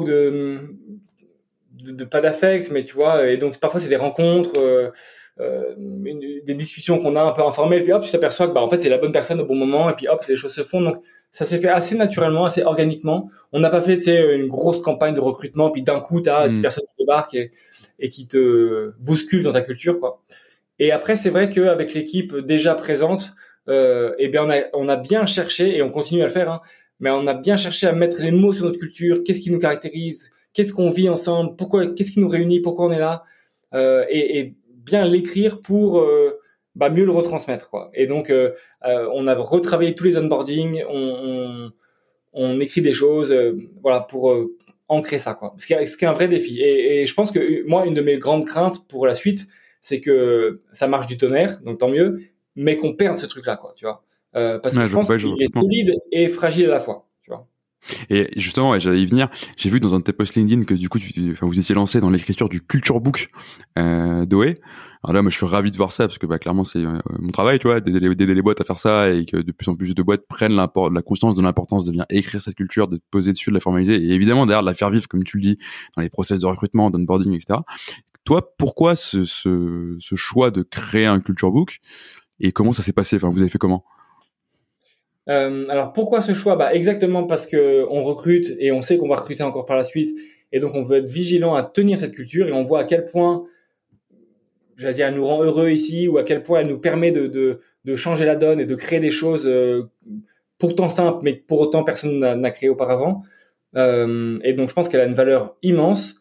de pas d'affect, mais tu vois, et donc parfois c'est des rencontres, des discussions qu'on a un peu informelles, puis hop, tu t'aperçois que en fait c'est la bonne personne au bon moment, et puis hop, les choses se font. Donc ça s'est fait assez naturellement, assez organiquement. On n'a pas fait, tu sais, une grosse campagne de recrutement, puis d'un coup t'as 10 personnes qui débarquent et qui te bousculent dans ta culture, quoi. Et après, c'est vrai qu'avec l'équipe déjà présente, eh bien on a bien cherché, et on continue à le faire, hein, mais on a bien cherché à mettre les mots sur notre culture, qu'est-ce qui nous caractérise, qu'est-ce qu'on vit ensemble, qu'est-ce qui nous réunit, pourquoi on est là, et bien l'écrire pour mieux le retransmettre, quoi. Et donc on a retravaillé tous les onboarding, on écrit des choses, voilà, pour ancrer ça, quoi. Ce qui est un vrai défi. Et je pense que moi, une de mes grandes craintes pour la suite, c'est que ça marche du tonnerre, donc tant mieux, mais qu'on perde ce truc-là, quoi, tu vois. Parce que je pense qu'il est solide et fragile à la fois, tu vois. Et justement, ouais, j'allais y venir. J'ai vu dans un de tes posts LinkedIn que du coup, vous étiez lancé dans l'écriture du culture book d'OE. Alors là, moi, je suis ravi de voir ça parce que clairement, c'est mon travail, tu vois, d'aider les boîtes à faire ça et que de plus en plus de boîtes prennent la conscience de l'importance de bien écrire cette culture, de te poser dessus, de la formaliser et évidemment derrière de la faire vivre, comme tu le dis, dans les process de recrutement, d'onboarding, etc. Toi, pourquoi ce choix de créer un culture book et comment ça s'est passé? Enfin, vous avez fait comment? Alors pourquoi ce choix? Exactement parce que on recrute et on sait qu'on va recruter encore par la suite et donc on veut être vigilant à tenir cette culture et on voit à quel point, j'allais dire, elle nous rend heureux ici ou à quel point elle nous permet de changer la donne et de créer des choses pourtant simples mais pour autant personne n'a créé auparavant. Et donc je pense qu'elle a une valeur immense.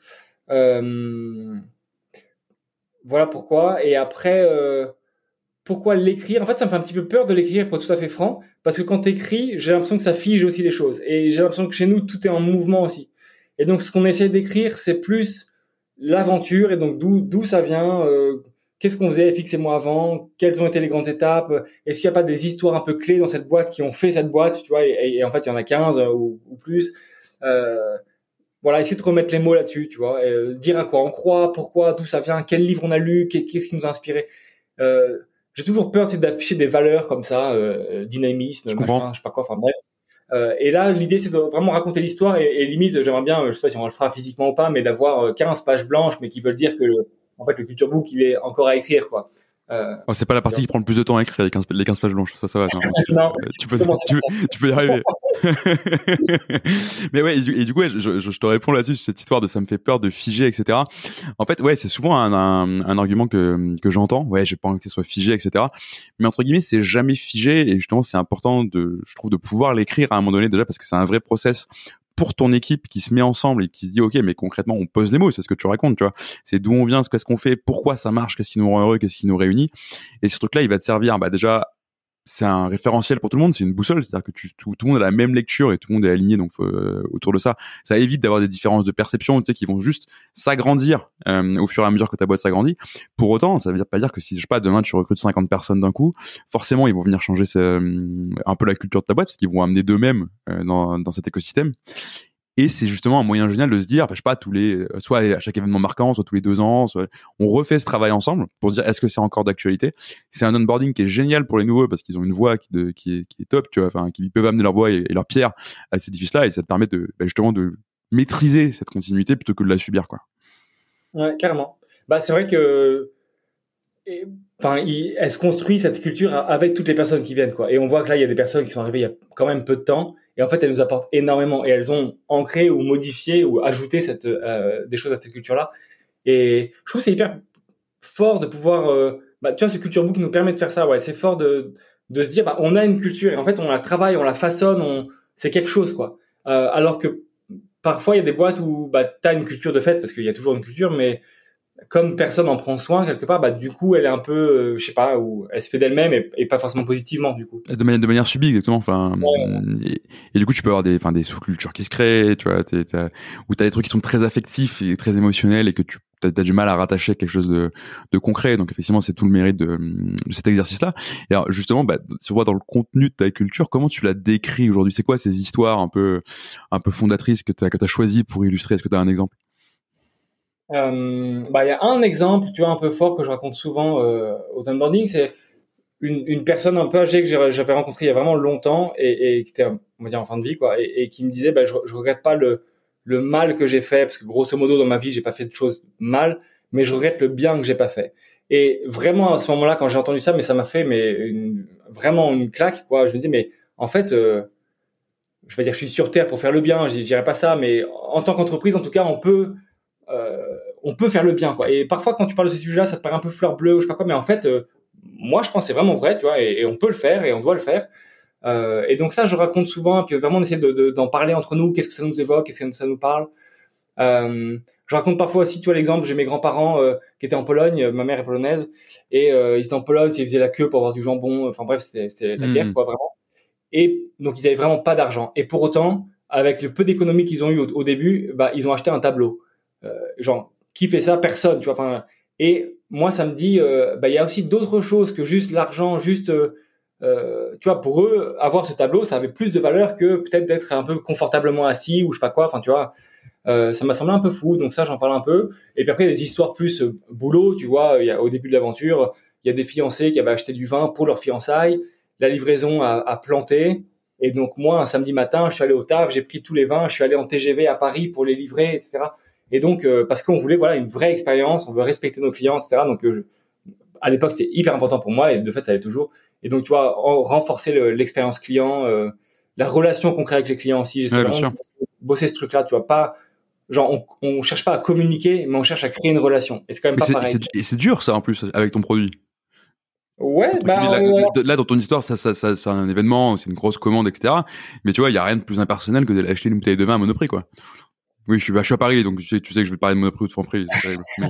Voilà pourquoi. Et après, pourquoi l'écrire? En fait, ça me fait un petit peu peur de l'écrire, pour être tout à fait franc, parce que quand t'écris, j'ai l'impression que ça fige aussi les choses. Et j'ai l'impression que chez nous, tout est en mouvement aussi. Et donc, ce qu'on essaie d'écrire, c'est plus l'aventure, et donc d'où ça vient, qu'est-ce qu'on faisait FX et moi avant, quelles ont été les grandes étapes, est-ce qu'il n'y a pas des histoires un peu clés dans cette boîte qui ont fait cette boîte, tu vois, et en fait, il y en a 15 ou plus. Voilà, essayer de remettre les mots là-dessus, tu vois, dire à quoi on croit, pourquoi, d'où ça vient, quel livre on a lu, qu'est-ce qui nous a inspiré. J'ai toujours peur d'afficher des valeurs comme ça, dynamisme, machin, je sais pas quoi, enfin bref. Et là, l'idée, c'est de vraiment raconter l'histoire et limite, j'aimerais bien, je sais pas si on le fera physiquement ou pas, mais d'avoir 15 pages blanches, mais qui veulent dire que, en fait, le culture book, il est encore à écrire, quoi. C'est pas la partie qui prend le plus de temps à écrire, les 15 pages blanches. Ça va. Non, tu peux y arriver. Mais ouais, et du coup, ouais, je te réponds là-dessus, cette histoire de ça me fait peur de figer, etc. En fait, ouais, c'est souvent un argument que j'entends. Ouais, j'ai pas envie que ce soit figé, etc. Mais entre guillemets, c'est jamais figé et justement, c'est important je trouve, de pouvoir l'écrire à un moment donné déjà parce que c'est un vrai process pour ton équipe qui se met ensemble et qui se dit ok, mais concrètement on pose les mots, c'est ce que tu racontes, tu vois, c'est d'où on vient, qu'est-ce qu'on fait, pourquoi ça marche, qu'est-ce qui nous rend heureux, qu'est-ce qui nous réunit. Et ce truc là il va te servir déjà, c'est un référentiel pour tout le monde, c'est une boussole, c'est-à-dire que tout le monde a la même lecture et tout le monde est aligné, donc autour de ça évite d'avoir des différences de perception, tu sais, qui vont juste s'agrandir au fur et à mesure que ta boîte s'agrandit. Pour autant, ça veut pas dire que si je sais pas demain tu recrutes 50 personnes d'un coup, forcément ils vont venir changer un peu la culture de ta boîte parce qu'ils vont amener d'eux-mêmes dans cet écosystème. Et c'est justement un moyen génial de se dire, je sais pas, soit à chaque événement marquant, soit tous les 2 ans, soit on refait ce travail ensemble pour se dire est-ce que c'est encore d'actualité. C'est un onboarding qui est génial pour les nouveaux parce qu'ils ont une voix qui est top, tu vois, enfin, qui peuvent amener leur voix et leur pierre à ces édifices-là et ça te permet justement de maîtriser cette continuité plutôt que de la subir, quoi. Ouais, carrément. C'est vrai que, elle se construit cette culture avec toutes les personnes qui viennent, quoi. Et on voit que là, il y a des personnes qui sont arrivées il y a quand même peu de temps. Et en fait, elles nous apportent énormément et elles ont ancré ou modifié ou ajouté des choses à cette culture-là. Et je trouve que c'est hyper fort de pouvoir, tu vois, ce culture book nous permet de faire ça. Ouais, c'est fort de se dire, on a une culture et en fait, on la travaille, on la façonne, c'est quelque chose, quoi. Alors que parfois, il y a des boîtes où, t'as une culture de fait parce qu'il y a toujours une culture, mais comme personne en prend soin quelque part, du coup, elle est un peu, je sais pas, ou elle se fait d'elle-même et pas forcément positivement, du coup. De manière subie, exactement. Enfin, ouais. Et du coup, tu peux avoir des sous-cultures qui se créent, tu vois, où t'as des trucs qui sont très affectifs et très émotionnels et que t'as du mal à rattacher à quelque chose de concret. Donc, effectivement, c'est tout le mérite de cet exercice-là. Et alors, justement, si on voit dans le contenu de ta culture, comment tu la décris aujourd'hui? C'est quoi ces histoires un peu fondatrices que t'as choisies pour illustrer? Est-ce que t'as un exemple? Il y a un exemple, tu vois, un peu fort que je raconte souvent aux onboarding, c'est une personne un peu âgée que j'avais rencontrée il y a vraiment longtemps et qui était, on va dire, en fin de vie, quoi, et qui me disait, je regrette pas le mal que j'ai fait, parce que grosso modo dans ma vie j'ai pas fait de choses mal, mais je regrette le bien que j'ai pas fait. Et vraiment à ce moment-là, quand j'ai entendu ça, mais ça m'a fait vraiment une claque, quoi. Je me disais, mais en fait, je vais dire, je suis sur terre pour faire le bien, je dirais pas ça, mais en tant qu'entreprise, en tout cas, on peut faire le bien, quoi. Et parfois, quand tu parles de ces sujets-là, ça te paraît un peu fleur bleue ou je sais pas quoi, mais en fait, moi, je pense que c'est vraiment vrai, tu vois, et on peut le faire et on doit le faire. Et donc ça, je raconte souvent, et puis vraiment on essaie d'en parler entre nous. Qu'est-ce que ça nous évoque, qu'est-ce que ça nous parle. Je raconte parfois aussi, tu vois, l'exemple, j'ai mes grands-parents qui étaient en Pologne, ma mère est polonaise, et ils étaient en Pologne, ils faisaient la queue pour avoir du jambon. Enfin bref, c'était la guerre, quoi, vraiment. Et donc, ils avaient vraiment pas d'argent. Et pour autant, avec le peu d'économies qu'ils ont eu au début, bah, ils ont acheté un tableau. Genre, qui fait ça? Personne, tu vois. Enfin, et moi, ça me dit, bah, il y a aussi d'autres choses que juste l'argent, juste, tu vois, pour eux, avoir ce tableau, ça avait plus de valeur que peut-être d'être un peu confortablement assis ou je sais pas quoi. Enfin, tu vois, ça m'a semblé un peu fou. Donc ça, j'en parle un peu. Et puis après, des histoires plus boulot, tu vois. Il y a, au début de l'aventure, il y a des fiancés qui avaient acheté du vin pour leur fiançailles. La livraison a planté. Et donc moi, un samedi matin, je suis allé au taf, j'ai pris tous les vins, je suis allé en TGV à Paris pour les livrer, etc. Et donc, parce qu'on voulait voilà une vraie expérience, on veut respecter nos clients, etc. Donc, à l'époque, c'était hyper important pour moi et de fait, ça l'est toujours. Et donc, tu vois, renforcer l'expérience client, la relation qu'on crée avec les clients aussi. J'essaie Ouais, bien vraiment sûr. de bosser ce truc-là, tu vois, pas genre on cherche pas à communiquer, mais on cherche à créer une relation. Et c'est quand même Mais pas pareil. c'est dur ça en plus avec ton produit. Ouais, Entre bah guillemets, là, dans ton histoire, ça, c'est un événement, c'est une grosse commande, etc. Mais tu vois, il y a rien de plus impersonnel que d'acheter une bouteille de vin à Monoprix, quoi. Oui, je suis à Paris, donc tu sais que je vais te parler de Monoprix ou de Franprix, c'est terrible. Mais,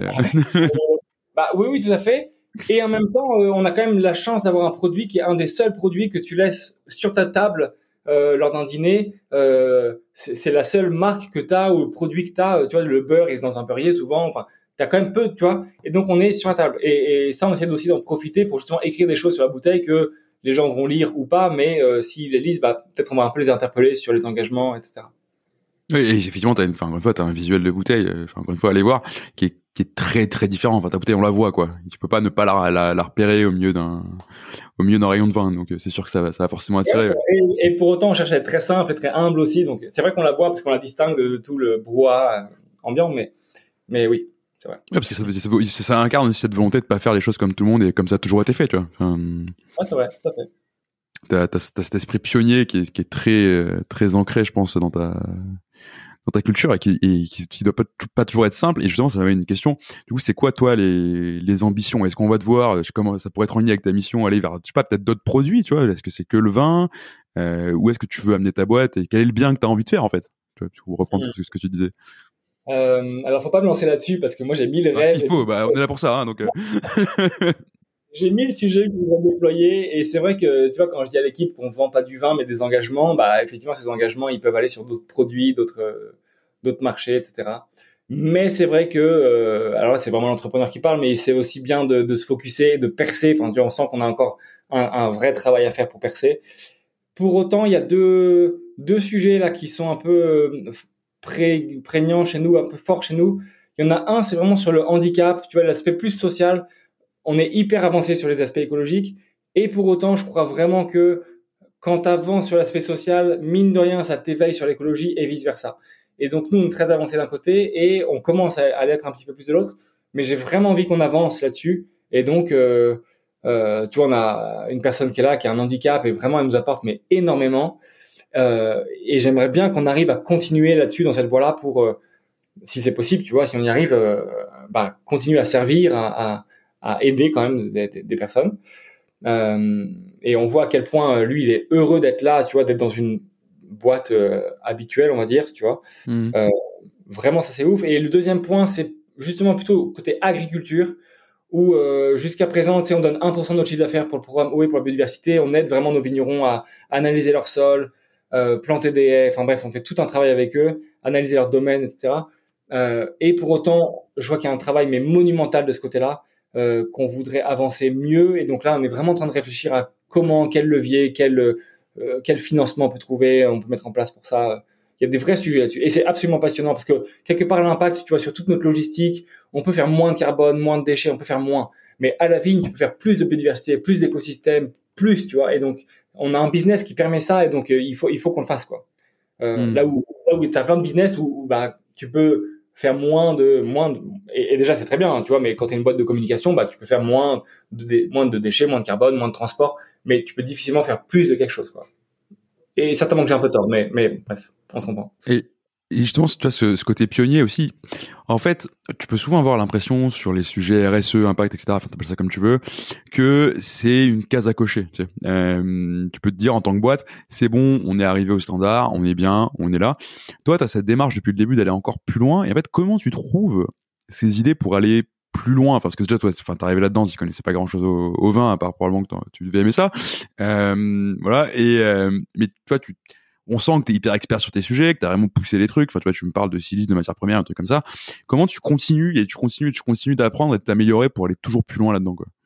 bah oui, oui, tout à fait. Et en même temps, on a quand même la chance d'avoir un produit qui est un des seuls produits que tu laisses sur ta table lors d'un dîner. C'est la seule marque que tu as ou le produit que tu as. Tu vois, le beurre il est dans un beurrier souvent. Enfin, tu as quand même peu, tu vois. Et donc, on est sur la table. Et ça, on essaie aussi d'en profiter pour justement écrire des choses sur la bouteille que les gens vont lire ou pas. Mais s'ils les lisent, bah, peut-être on va un peu les interpeller sur les engagements, etc. oui, et effectivement, encore une fois, t'as un visuel de bouteille, encore une fois, allez voir, qui est très, très différent. Enfin, ta bouteille, on la voit, quoi. Tu peux pas ne pas la repérer au milieu d'un rayon de vin. Donc, c'est sûr que ça va forcément attirer. Ouais. Et pour autant, on cherche à être très simple et très humble aussi. Donc, c'est vrai qu'on la voit parce qu'on la distingue de tout le brouhaha ambiant, mais oui, c'est vrai. Ouais, parce que ça incarne aussi cette volonté de pas faire les choses comme tout le monde et comme ça a toujours été fait, tu vois. Enfin, Ouais, c'est vrai, tout à fait. t'as cet esprit pionnier qui est très, très ancré, je pense, dans ta culture et qui doit pas toujours être simple. Et justement, ça m'avait une question. Du coup, c'est quoi, toi, les ambitions? Est-ce qu'on va te voir, comment ça pourrait être en lien avec ta mission, aller vers, je sais pas, peut-être d'autres produits, tu vois? Est-ce que c'est que le vin? Où est-ce que tu veux amener ta boîte? Et quel est le bien que tu as envie de faire, en fait? Tu vois, pour reprendre ce que tu disais. Alors, faut pas me lancer là-dessus parce que moi, j'ai 1000 Ah, rêves. s'il faut, bah, on est là pour ça, hein, donc, J'ai 1000 sujets que je voudrais déployer. Et c'est vrai que, tu vois, quand je dis à l'équipe qu'on vend pas du vin, mais des engagements, bah, effectivement, ces engagements, ils peuvent aller sur d'autres produits, d'autres marchés, etc. Mais c'est vrai que, alors là, c'est vraiment l'entrepreneur qui parle, mais c'est aussi bien de se focuser, de percer. Enfin, tu vois, on sent qu'on a encore un vrai travail à faire pour percer. Pour autant, il y a deux sujets là qui sont un peu prégnants chez nous, un peu forts chez nous. Il y en a un, c'est vraiment sur le handicap, tu vois, l'aspect plus social. On est hyper avancé sur les aspects écologiques. Et pour autant, je crois vraiment que quand tu avances sur l'aspect social, mine de rien, ça t'éveille sur l'écologie et vice-versa. Et donc, nous, on est très avancé d'un côté et on commence à l'être un petit peu plus de l'autre. Mais j'ai vraiment envie qu'on avance là-dessus. Et donc, tu vois, on a une personne qui est là, qui a un handicap et vraiment, elle nous apporte mais énormément. Et j'aimerais bien qu'on arrive à continuer là-dessus, dans cette voie-là, pour, si c'est possible, tu vois, si on y arrive, bah, continuer à servir, à aider quand même des personnes. Et on voit à quel point lui, il est heureux d'être là, tu vois, d'être dans une boîte habituelle, on va dire, tu vois. Mhm. Vraiment, ça c'est ouf. Et le deuxième point, c'est justement plutôt côté agriculture, où jusqu'à présent, tu sais, on donne 1% de notre chiffre d'affaires pour le programme OE pour la biodiversité. On aide vraiment nos vignerons à analyser leur sol, planter des haies. Enfin bref, on fait tout un travail avec eux, analyser leur domaine, etc. Et pour autant, je vois qu'il y a un travail mais monumental de ce côté-là, qu'on voudrait avancer mieux. Et donc là, on est vraiment en train de réfléchir à comment, quel levier, quel financement on peut trouver, on peut mettre en place pour ça. Il y a des vrais sujets là-dessus. Et c'est absolument passionnant parce que quelque part, l'impact, tu vois, sur toute notre logistique, on peut faire moins de carbone, moins de déchets, on peut faire moins. Mais à la vigne, tu peux faire plus de biodiversité, plus d'écosystèmes, plus, tu vois. Et donc, on a un business qui permet ça et donc il faut qu'on le fasse, quoi. Mhm. Là où tu as plein de business où bah, tu peux faire et déjà c'est très bien, hein, tu vois, mais quand tu es une boîte de communication, bah, tu peux faire moins de déchets, moins de carbone, moins de transport, mais tu peux difficilement faire plus de quelque chose, quoi. Et certainement que j'ai un peu tort, mais bref, on se comprend. Et justement, tu vois, ce côté pionnier aussi, en fait, tu peux souvent avoir l'impression sur les sujets RSE, impact, etc., enfin, t'appelles ça comme tu veux, que c'est une case à cocher. Tu sais. Tu peux te dire en tant que boîte, c'est bon, on est arrivé au standard, on est bien, on est là. Toi, tu as cette démarche depuis le début d'aller encore plus loin. Et en fait, comment tu trouves ces idées pour aller plus loin, parce que déjà toi, enfin, t'es arrivé là-dedans, tu connaissais pas grand-chose au vin, à part probablement que tu devais aimer ça. Voilà. Mais toi, on sent que t'es hyper expert sur tes sujets, que t'as vraiment poussé les trucs. Enfin, tu vois, tu me parles de silice, de matières premières, un truc comme ça. Comment tu continues d'apprendre et de t'améliorer pour aller toujours plus loin là-dedans, quoi?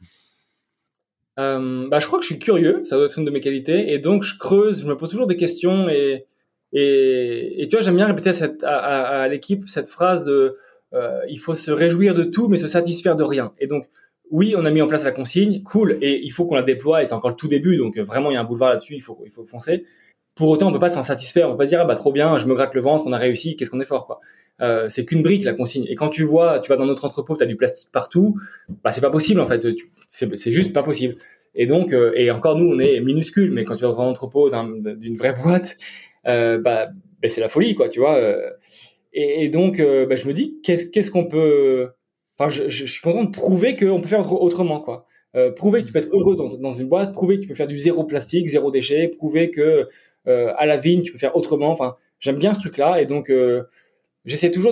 Je crois que je suis curieux, ça doit être une de mes qualités, et donc je creuse, je me pose toujours des questions, et tu vois, j'aime bien répéter à l'équipe cette phrase de il faut se réjouir de tout, mais se satisfaire de rien. Et donc, oui, on a mis en place la consigne, cool, et il faut qu'on la déploie, et c'est encore le tout début, donc vraiment il y a un boulevard là-dessus, il faut foncer. Pour autant, on peut pas s'en satisfaire, on peut pas se dire ah bah trop bien, je me gratte le ventre, on a réussi, qu'est-ce qu'on est fort, quoi. C'est qu'une brique la consigne. Et quand tu vas dans notre entrepôt, tu as du plastique partout, bah c'est pas possible en fait, c'est juste pas possible. Et donc, et encore nous, on est minuscule, mais quand tu vas dans un entrepôt d'une vraie boîte, c'est la folie, quoi, tu vois. Et donc, je me dis, qu'est-ce qu'on peut. Enfin, je suis content de prouver qu'on peut faire autrement, quoi. Prouver que tu peux être heureux dans une boîte, prouver que tu peux faire du zéro plastique, zéro déchet, prouver que à la vigne, tu peux faire autrement. Enfin, j'aime bien ce truc-là, et donc j'essaie toujours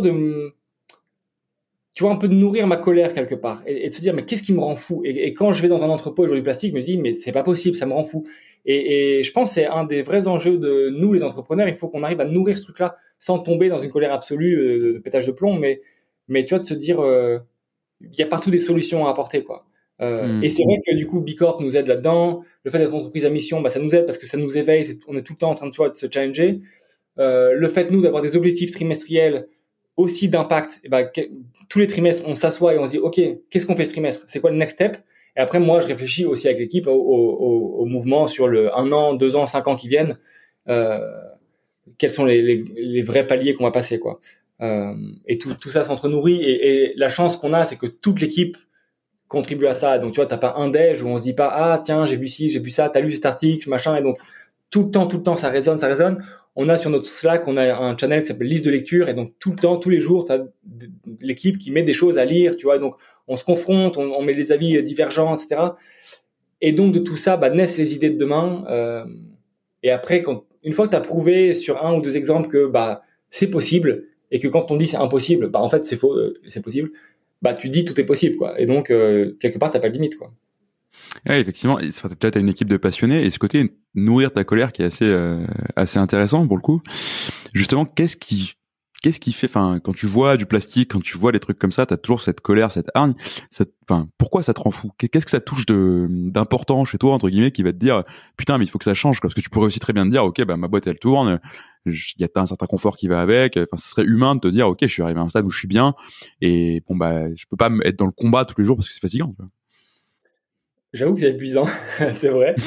tu vois, un peu de nourrir ma colère quelque part et de se dire mais qu'est-ce qui me rend fou, et quand je vais dans un entrepôt et je vois du plastique, je me dis mais c'est pas possible, ça me rend fou, et je pense que c'est un des vrais enjeux de nous les entrepreneurs. Il faut qu'on arrive à nourrir ce truc-là sans tomber dans une colère absolue de pétage de plomb, mais tu vois, de se dire il y a partout des solutions à apporter, quoi. Et c'est vrai que du coup Bicorp nous aide là-dedans, le fait d'être entreprise à mission, ça nous aide parce que ça nous éveille, on est tout le temps en train de se challenger. Le fait nous d'avoir des objectifs trimestriels aussi d'impact, tous les trimestres, on s'assoit et on se dit, OK, qu'est-ce qu'on fait ce trimestre? C'est quoi le next step? Et après, moi, je réfléchis aussi avec l'équipe au mouvement sur le 1 an, 2 ans, 5 ans qui viennent. Quels sont les vrais paliers qu'on va passer, quoi. Et tout ça s'entre-nourrit. Et la chance qu'on a, c'est que toute l'équipe contribue à ça. Donc, tu vois, t'as pas un déj où on se dit pas, ah, tiens, j'ai vu ci, j'ai vu ça, t'as lu cet article, machin. Et donc, tout le temps, ça résonne. On a sur notre Slack, on a un channel qui s'appelle liste de lecture, et donc tout le temps, tous les jours, tu as l'équipe qui met des choses à lire, tu vois. Donc on se confronte, on met des avis divergents, etc. Et donc de tout ça, naissent les idées de demain. Et après, une fois que tu as prouvé sur un ou deux exemples que c'est possible, et que quand on dit c'est impossible, en fait c'est faux, c'est possible, tu dis tout est possible, quoi. Et donc quelque part, t'as pas de limite, quoi. Ouais, effectivement. Et là, t'as une équipe de passionnés, et ce côté nourrir ta colère qui est assez intéressant pour le coup. Justement, qu'est-ce qui fait, enfin, quand tu vois du plastique, quand tu vois des trucs comme ça, t'as toujours cette colère, cette hargne. Pourquoi ça te rend fou? Qu'est-ce que ça touche d'important chez toi, entre guillemets, qui va te dire, putain, mais il faut que ça change, quoi? Parce que tu pourrais aussi très bien te dire, ok, ma boîte elle tourne, il y a un certain confort qui va avec. Enfin, ce serait humain de te dire, ok, je suis arrivé à un stade où je suis bien, et bon, je peux pas être dans le combat tous les jours parce que c'est fatigant, tu vois. J'avoue que c'est épuisant, c'est vrai.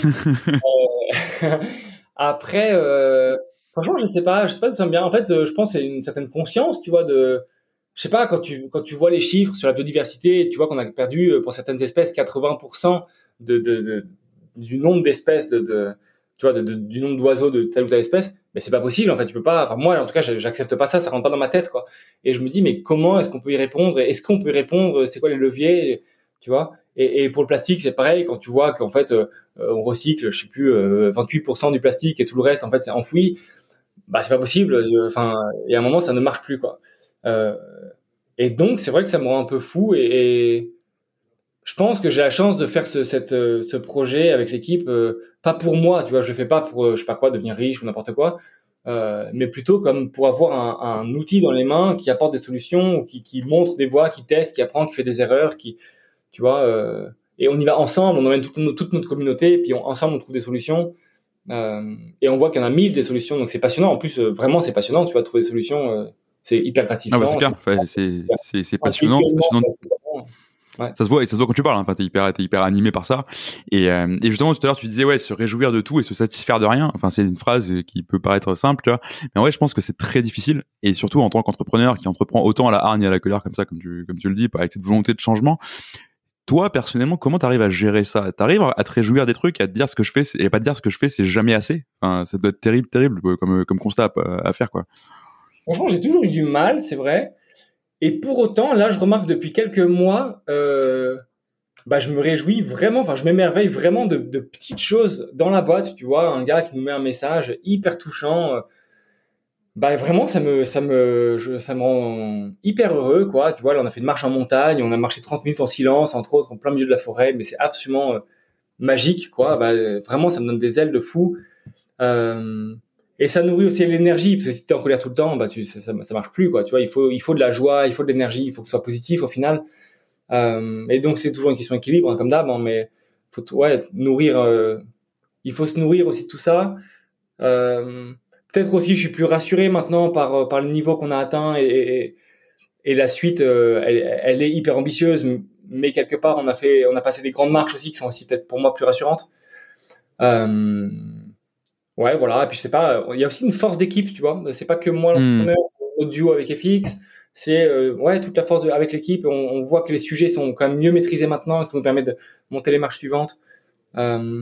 Après, franchement, je sais pas d'où ça me vient. En fait, je pense que c'est une certaine conscience, tu vois, je sais pas, quand tu vois les chiffres sur la biodiversité, tu vois qu'on a perdu pour certaines espèces 80% du nombre d'espèces tu vois, du nombre d'oiseaux de telle ou telle espèce. Mais c'est pas possible, en fait. Tu peux pas. Enfin, moi, en tout cas, j'accepte pas ça. Ça rentre pas dans ma tête, quoi. Et je me dis, mais comment est-ce qu'on peut y répondre? Est-ce qu'on peut y répondre? C'est quoi les leviers? Tu vois? Et pour le plastique, c'est pareil. Quand tu vois qu'en fait, on recycle, je sais plus, 28% du plastique et tout le reste, en fait, c'est enfoui. C'est pas possible. Enfin, et à un moment, ça ne marche plus, quoi. Euh, et donc, c'est vrai que ça me rend un peu fou, et je pense que j'ai la chance de faire ce projet avec l'équipe, pas pour moi, tu vois, je le fais pas pour, je sais pas quoi, devenir riche ou n'importe quoi, mais plutôt comme pour avoir un outil dans les mains qui apporte des solutions, ou qui montre des voies, qui teste, qui apprend, qui fait des erreurs, tu vois, et on y va ensemble, on emmène toute notre communauté, et puis ensemble on trouve des solutions, et on voit qu'il y en a 1000 des solutions, donc c'est passionnant. En plus, vraiment, c'est passionnant, tu vois, de trouver des solutions, c'est hyper Ah gratifiant. c'est clair. Ouais, c'est passionnant. Ouais. Ça se voit quand tu parles, hein. Enfin, t'es hyper animé par ça. Et justement, tout à l'heure, tu disais, ouais, se réjouir de tout et se satisfaire de rien. Enfin, c'est une phrase qui peut paraître simple, tu vois. Mais en vrai, je pense que c'est très difficile. Et surtout, en tant qu'entrepreneur qui entreprend autant à la hargne et à la colère comme ça, comme tu le dis, avec cette volonté de changement. Toi, personnellement, comment t'arrives à gérer ça? T'arrives à te réjouir des trucs, à te dire ce que je fais, et pas te dire ce que je fais, c'est jamais assez. Enfin, ça doit être terrible, comme constat à faire, quoi. Franchement, j'ai toujours eu du mal, c'est vrai. Et pour autant, là, je remarque depuis quelques mois, je me réjouis vraiment, enfin, je m'émerveille vraiment de petites choses dans la boîte. Tu vois, un gars qui nous met un message hyper touchant. Bah vraiment, ça me rend hyper heureux, quoi. Tu vois, là, on a fait une marche en montagne, on a marché 30 minutes en silence, entre autres, en plein milieu de la forêt, mais c'est absolument magique, quoi. Bah, vraiment, ça me donne des ailes de fou. Euh, et ça nourrit aussi l'énergie, parce que si t'es en colère tout le temps, bah ça marche plus, quoi. Tu vois, il faut de la joie, il faut de l'énergie, il faut que ce soit positif au final. Et donc c'est toujours une question d'équilibre, hein, comme d'hab, hein, mais faut ouais nourrir. Il faut se nourrir aussi de tout ça. Euh, Peut-être aussi, je suis plus rassuré maintenant par le niveau qu'on a atteint et la suite, elle est hyper ambitieuse, mais quelque part, on a passé des grandes marches aussi qui sont aussi peut-être pour moi plus rassurantes. Euh, ouais, voilà. Et puis je sais pas, il y a aussi une force d'équipe, tu vois. C'est pas que moi Hmm. l'entrepreneur, c'est notre duo avec FX. C'est ouais toute la force avec l'équipe. On voit que les sujets sont quand même mieux maîtrisés maintenant, et ça nous permet de monter les marches suivantes. Euh,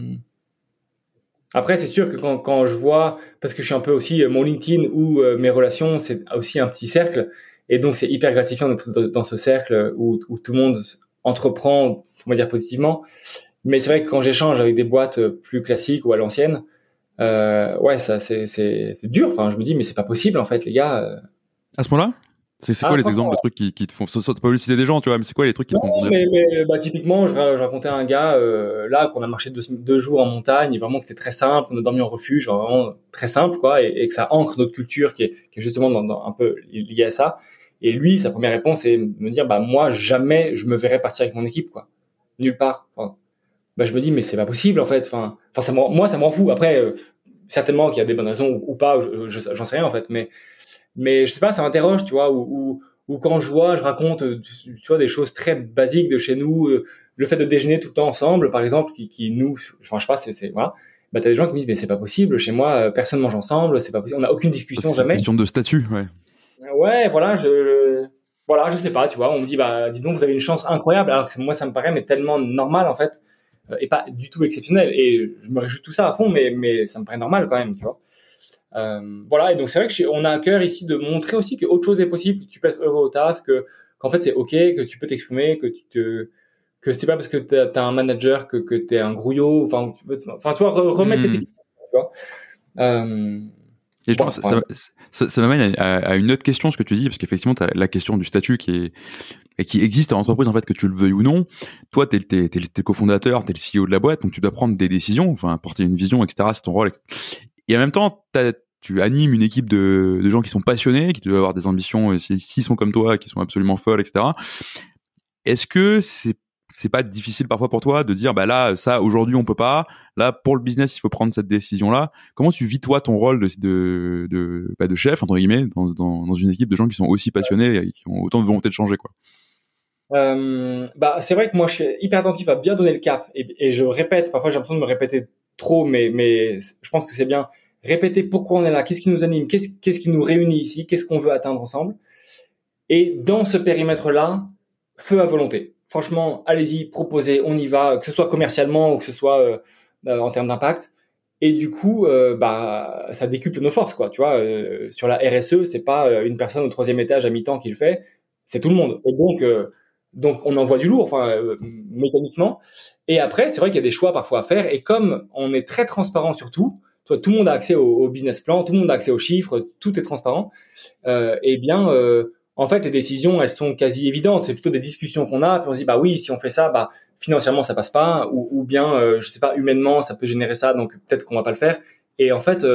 Après, c'est sûr que quand je vois, parce que je suis un peu aussi mon LinkedIn ou mes relations, c'est aussi un petit cercle, et donc c'est hyper gratifiant d'être dans ce cercle où tout le monde entreprend, on va dire positivement. Mais c'est vrai que quand j'échange avec des boîtes plus classiques ou à l'ancienne, ouais, ça c'est dur. Enfin, je me dis mais c'est pas possible en fait, les gars. À ce moment-là, c'est Ah quoi les exemples de franchement, trucs qui te font, t'as pas voulu citer des gens, tu vois, mais c'est quoi les trucs qui te non, font grandir? mais bah, typiquement, je racontais à un gars là qu'on a marché deux jours en montagne, et vraiment que c'était très simple, on a dormi en refuge, genre vraiment très simple quoi, et que ça ancre notre culture qui est justement un peu liée à ça. Et lui, sa première réponse est me dire bah moi jamais je me verrais partir avec mon équipe quoi, nulle part. Enfin, bah je me dis mais c'est pas possible en fait. Enfin moi ça me rend fou. Après certainement qu'il y a des bonnes raisons ou pas, j'en sais rien en fait, mais je sais pas, ça m'interroge, tu vois, ou quand je raconte, tu vois, des choses très basiques de chez nous, le fait de déjeuner tout le temps ensemble, par exemple, qui nous, enfin, je sais pas, voilà. Bah, t'as des gens qui me disent, mais c'est pas possible, chez moi, personne mange ensemble, c'est pas possible, on n'a aucune discussion, C'est une jamais. question de statut, ouais. Ouais, voilà, je sais pas, tu vois, on me dit, bah, dis donc, vous avez une chance incroyable, alors que moi, ça me paraît, mais tellement normal, en fait, et pas du tout exceptionnel, et je me réjouis de tout ça à fond, mais ça me paraît normal quand même, tu vois. Voilà, et donc c'est vrai que on a à cœur ici de montrer aussi que autre chose est possible, que tu peux être heureux au taf, qu'en fait c'est ok, que tu peux t'exprimer, que c'est pas parce que t'as un manager que t'es un grouillot, enfin tu vois, remettre les Hmm. textes, tu vois. Euh, Et justement, bon, enfin, ça m'amène à une autre question, ce que tu dis, parce qu'effectivement, tu as la question du statut et qui existe en entreprise, en fait, que tu le veuilles ou non. Toi, t'es le cofondateur, t'es le CEO de la boîte, donc tu dois prendre des décisions, enfin, porter une vision, etc. C'est ton rôle. Et en même temps, tu animes une équipe de gens qui sont passionnés, qui doivent avoir des ambitions, s'ils sont comme toi, qui sont absolument folles, etc. Est-ce que c'est pas difficile parfois pour toi de dire bah là ça aujourd'hui on peut pas, là pour le business il faut prendre cette décision là. Comment tu vis toi ton rôle de chef entre guillemets dans une équipe de gens qui sont aussi passionnés et qui ont autant de volonté de changer quoi. bah c'est vrai que moi je suis hyper attentif à bien donner le cap et je répète, parfois j'ai l'impression de me répéter trop, mais je pense que c'est bien répéter pourquoi on est là, qu'est-ce qui nous anime, qu'est-ce qui nous réunit ici, qu'est-ce qu'on veut atteindre ensemble. Et dans ce périmètre-là, feu à volonté. Franchement, allez-y, proposez, on y va, que ce soit commercialement ou que ce soit en termes d'impact. Et du coup, bah, ça décuple nos forces, quoi. Tu vois, sur la RSE, c'est pas une personne au troisième étage à mi-temps qui le fait, c'est tout le monde. Et donc on envoie du lourd, enfin, mécaniquement. Et après, c'est vrai qu'il y a des choix parfois à faire. Et comme on est très transparent sur tout, tu vois, tout le monde a accès au business plan, tout le monde a accès aux chiffres, tout est transparent. Eh bien, en fait, les décisions, elles sont quasi évidentes. C'est plutôt des discussions qu'on a, puis on se dit, bah oui, si on fait ça, bah financièrement, ça passe pas, ou bien, je sais pas, humainement, ça peut générer ça, donc peut-être qu'on va pas le faire. Et en fait,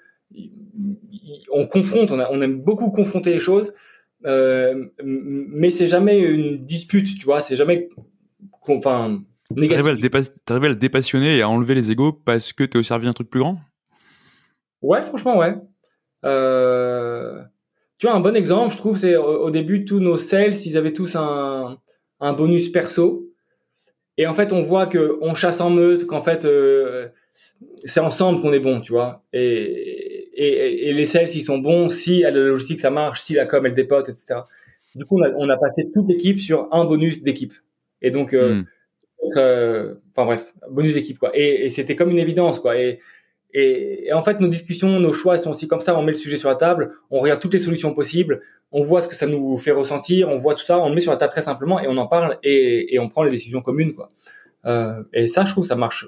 on confronte, on aime beaucoup confronter les choses, mais c'est jamais une dispute, tu vois, c'est jamais, enfin, négatif. T'arrives à le dépassionner et à enlever les égos parce que t'es au service d'un truc plus grand. Ouais, franchement, ouais. Euh, Tu vois, un bon exemple, je trouve, c'est au début, tous nos sales, ils avaient tous un bonus perso. Et en fait, on voit que on chasse en meute, qu'en fait, c'est ensemble qu'on est bon, tu vois. Et les sales, ils sont bons si à la logistique ça marche, si la com elle dépote, etc. Du coup, on a passé toute l'équipe sur un bonus d'équipe. Et donc, Hmm. enfin bref, bonus d'équipe quoi. Et c'était comme une évidence quoi. Et en fait, nos discussions, nos choix sont aussi comme ça. On met le sujet sur la table, on regarde toutes les solutions possibles, on voit ce que ça nous fait ressentir, on voit tout ça, on le met sur la table très simplement et on en parle et on prend les décisions communes, quoi. Et ça, je trouve, ça marche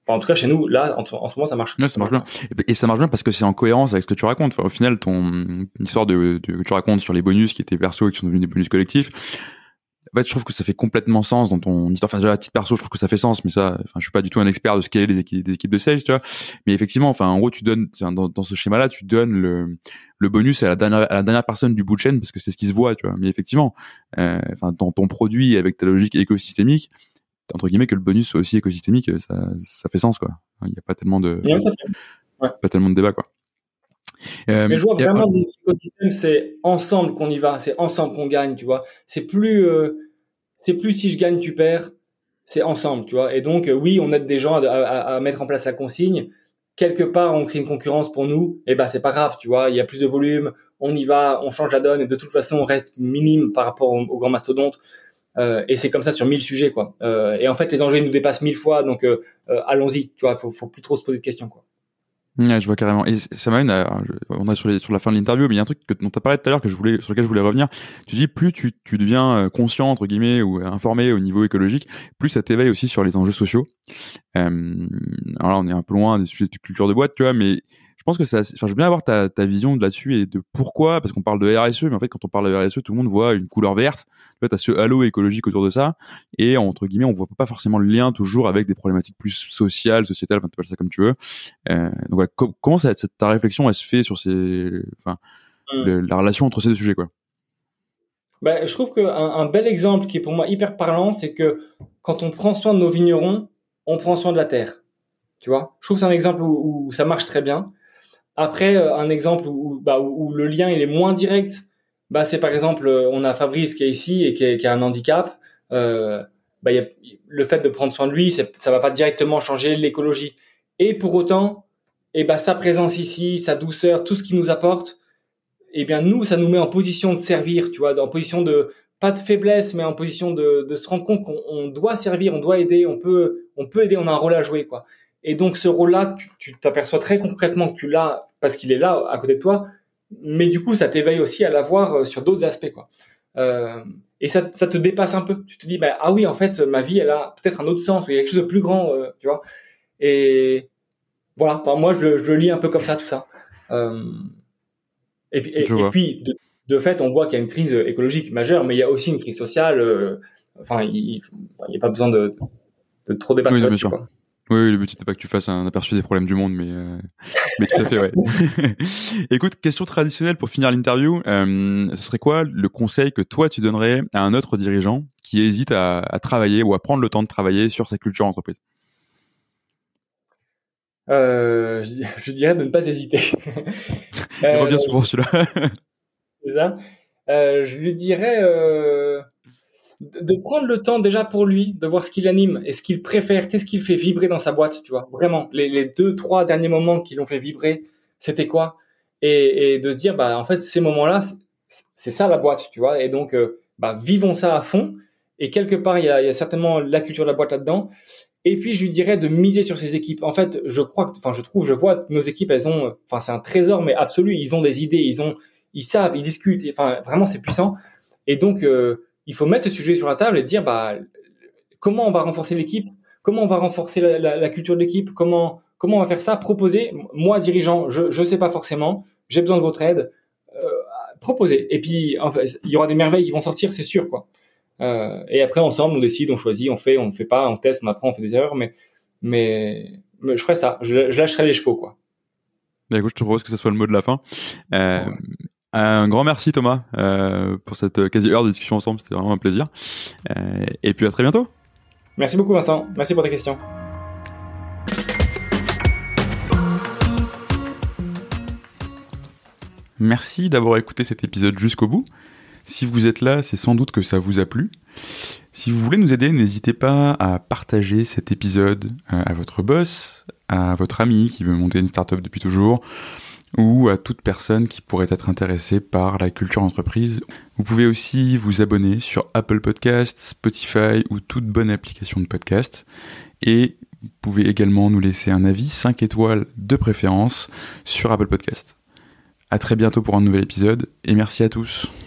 Enfin, en tout cas, chez nous, là, en ce moment, ça marche. Ouais, ça marche bien. Et ça marche bien parce que c'est en cohérence avec ce que tu racontes. Enfin, au final, ton histoire que tu racontes sur les bonus qui étaient perso et qui sont devenus des bonus collectifs, en fait, je trouve que ça fait complètement sens dans ton histoire. Enfin, déjà, à titre perso, je trouve que ça fait sens, mais ça, enfin, je suis pas du tout un expert de ce qu'est des équipes de sales, tu vois. Mais effectivement, enfin, en gros, tu donnes, dans ce schéma-là, tu donnes le bonus à la dernière personne du bout de chaîne parce que c'est ce qui se voit, tu vois. Mais effectivement, enfin, dans ton produit avec ta logique écosystémique, entre guillemets, que le bonus soit aussi écosystémique, ça fait sens, quoi. Il y a pas tellement de, Ouais, ça fait. Ouais. pas tellement de débat, quoi. Mais je vois vraiment que l'écosystème, c'est ensemble qu'on y va, c'est ensemble qu'on gagne, tu vois. C'est plus si je gagne, tu perds, c'est ensemble, tu vois. Et donc, oui, on aide des gens à mettre en place la consigne. Quelque part, on crée une concurrence pour nous, et ben c'est pas grave, tu vois. Il y a plus de volume, on y va, on change la donne, et de toute façon, on reste minime par rapport aux grands mastodontes. Et c'est comme ça sur 1000 sujets, quoi. Et en fait, les enjeux ils nous dépassent 1000 fois, donc allons-y, tu vois. Faut plus trop se poser de questions, quoi. Ouais, je vois carrément. Et ça m'amène on est sur la fin de l'interview, mais il y a un truc dont tu as parlé tout à l'heure sur lequel je voulais revenir. Tu dis, plus tu deviens conscient, entre guillemets, ou informé au niveau écologique, plus ça t'éveille aussi sur les enjeux sociaux. Alors là, on est un peu loin des sujets de culture de boîte, tu vois, mais je pense que je veux bien avoir ta vision là-dessus et de pourquoi, parce qu'on parle de RSE, mais en fait, quand on parle de RSE, tout le monde voit une couleur verte. Tu vois, t'as ce halo écologique autour de ça. Et entre guillemets, on voit pas forcément le lien toujours avec des problématiques plus sociales, sociétales, enfin, tu appelles ça comme tu veux. Donc voilà, comment ta réflexion, elle se fait sur la relation entre ces deux sujets, quoi? Ben, je trouve qu'un bel exemple qui est pour moi hyper parlant, c'est que quand on prend soin de nos vignerons, on prend soin de la terre. Tu vois? Je trouve que c'est un exemple où ça marche très bien. Après, un exemple où le lien il est moins direct, c'est par exemple, on a Fabrice qui est ici et qui a un handicap. Y a le fait de prendre soin de lui, ça va pas directement changer l'écologie. Et pour autant, sa présence ici, sa douceur, tout ce qu'il nous apporte, nous, ça nous met en position de servir, tu vois, en position de pas de faiblesse, mais en position de se rendre compte qu'on doit servir, on doit aider, on peut aider, on a un rôle à jouer, quoi. Et donc ce rôle-là, tu t'aperçois très concrètement que tu l'as parce qu'il est là à côté de toi, mais du coup ça t'éveille aussi à l'avoir sur d'autres aspects, quoi. Et ça te dépasse un peu. Tu te dis ah oui, en fait ma vie elle a peut-être un autre sens, il y a quelque chose de plus grand, tu vois. Et voilà. Enfin, moi je le lis un peu comme ça tout ça. Et puis de fait on voit qu'il y a une crise écologique majeure, mais il y a aussi une crise sociale. Il n'y a pas besoin de trop débattre là-dessus, quoi. Oui, le but c'était pas que tu fasses un aperçu des problèmes du monde, mais tout à fait, ouais. Écoute, question traditionnelle pour finir l'interview, ce serait quoi le conseil que toi tu donnerais à un autre dirigeant qui hésite à travailler ou à prendre le temps de travailler sur sa culture entreprise? Je dirais de ne pas hésiter. Il revient souvent celui-là. C'est ça. Je lui dirais de prendre le temps déjà pour lui, de voir ce qu'il anime et ce qu'il préfère, qu'est-ce qu'il fait vibrer dans sa boîte, tu vois. Vraiment, les 2-3 derniers moments qui l'ont fait vibrer, c'était quoi? Et de se dire, en fait, ces moments-là, c'est ça la boîte, tu vois. Et donc, vivons ça à fond. Et quelque part, il y a certainement la culture de la boîte là-dedans. Et puis, je lui dirais de miser sur ses équipes. En fait, je vois que nos équipes, c'est un trésor, mais absolu. Ils ont des idées, ils savent, ils discutent. Enfin, vraiment, c'est puissant. Et donc, il faut mettre ce sujet sur la table et dire, comment on va renforcer l'équipe, comment on va renforcer la culture de l'équipe, comment on va faire ça, proposer. Moi, dirigeant, je sais pas forcément, j'ai besoin de votre aide. Proposer. Et puis, en fait, il y aura des merveilles qui vont sortir, c'est sûr, quoi. Et après, ensemble, on décide, on choisit, on fait pas, on teste, on apprend, on fait des erreurs, mais je ferai ça. Je lâcherai les chevaux, quoi. Écoute, je te propose que ce soit le mot de la fin. Un grand merci Thomas pour cette quasi heure de discussion ensemble, c'était vraiment un plaisir. Et puis à très bientôt. Merci beaucoup Vincent, merci pour ta question. Merci d'avoir écouté cet épisode jusqu'au bout. Si vous êtes là, c'est sans doute que ça vous a plu. Si vous voulez nous aider, n'hésitez pas à partager cet épisode à votre boss, à votre ami qui veut monter une startup depuis toujours, ou à toute personne qui pourrait être intéressée par la culture entreprise. Vous pouvez aussi vous abonner sur Apple Podcasts, Spotify ou toute bonne application de podcast. Et vous pouvez également nous laisser un avis 5 étoiles de préférence sur Apple Podcasts. À très bientôt pour un nouvel épisode et merci à tous.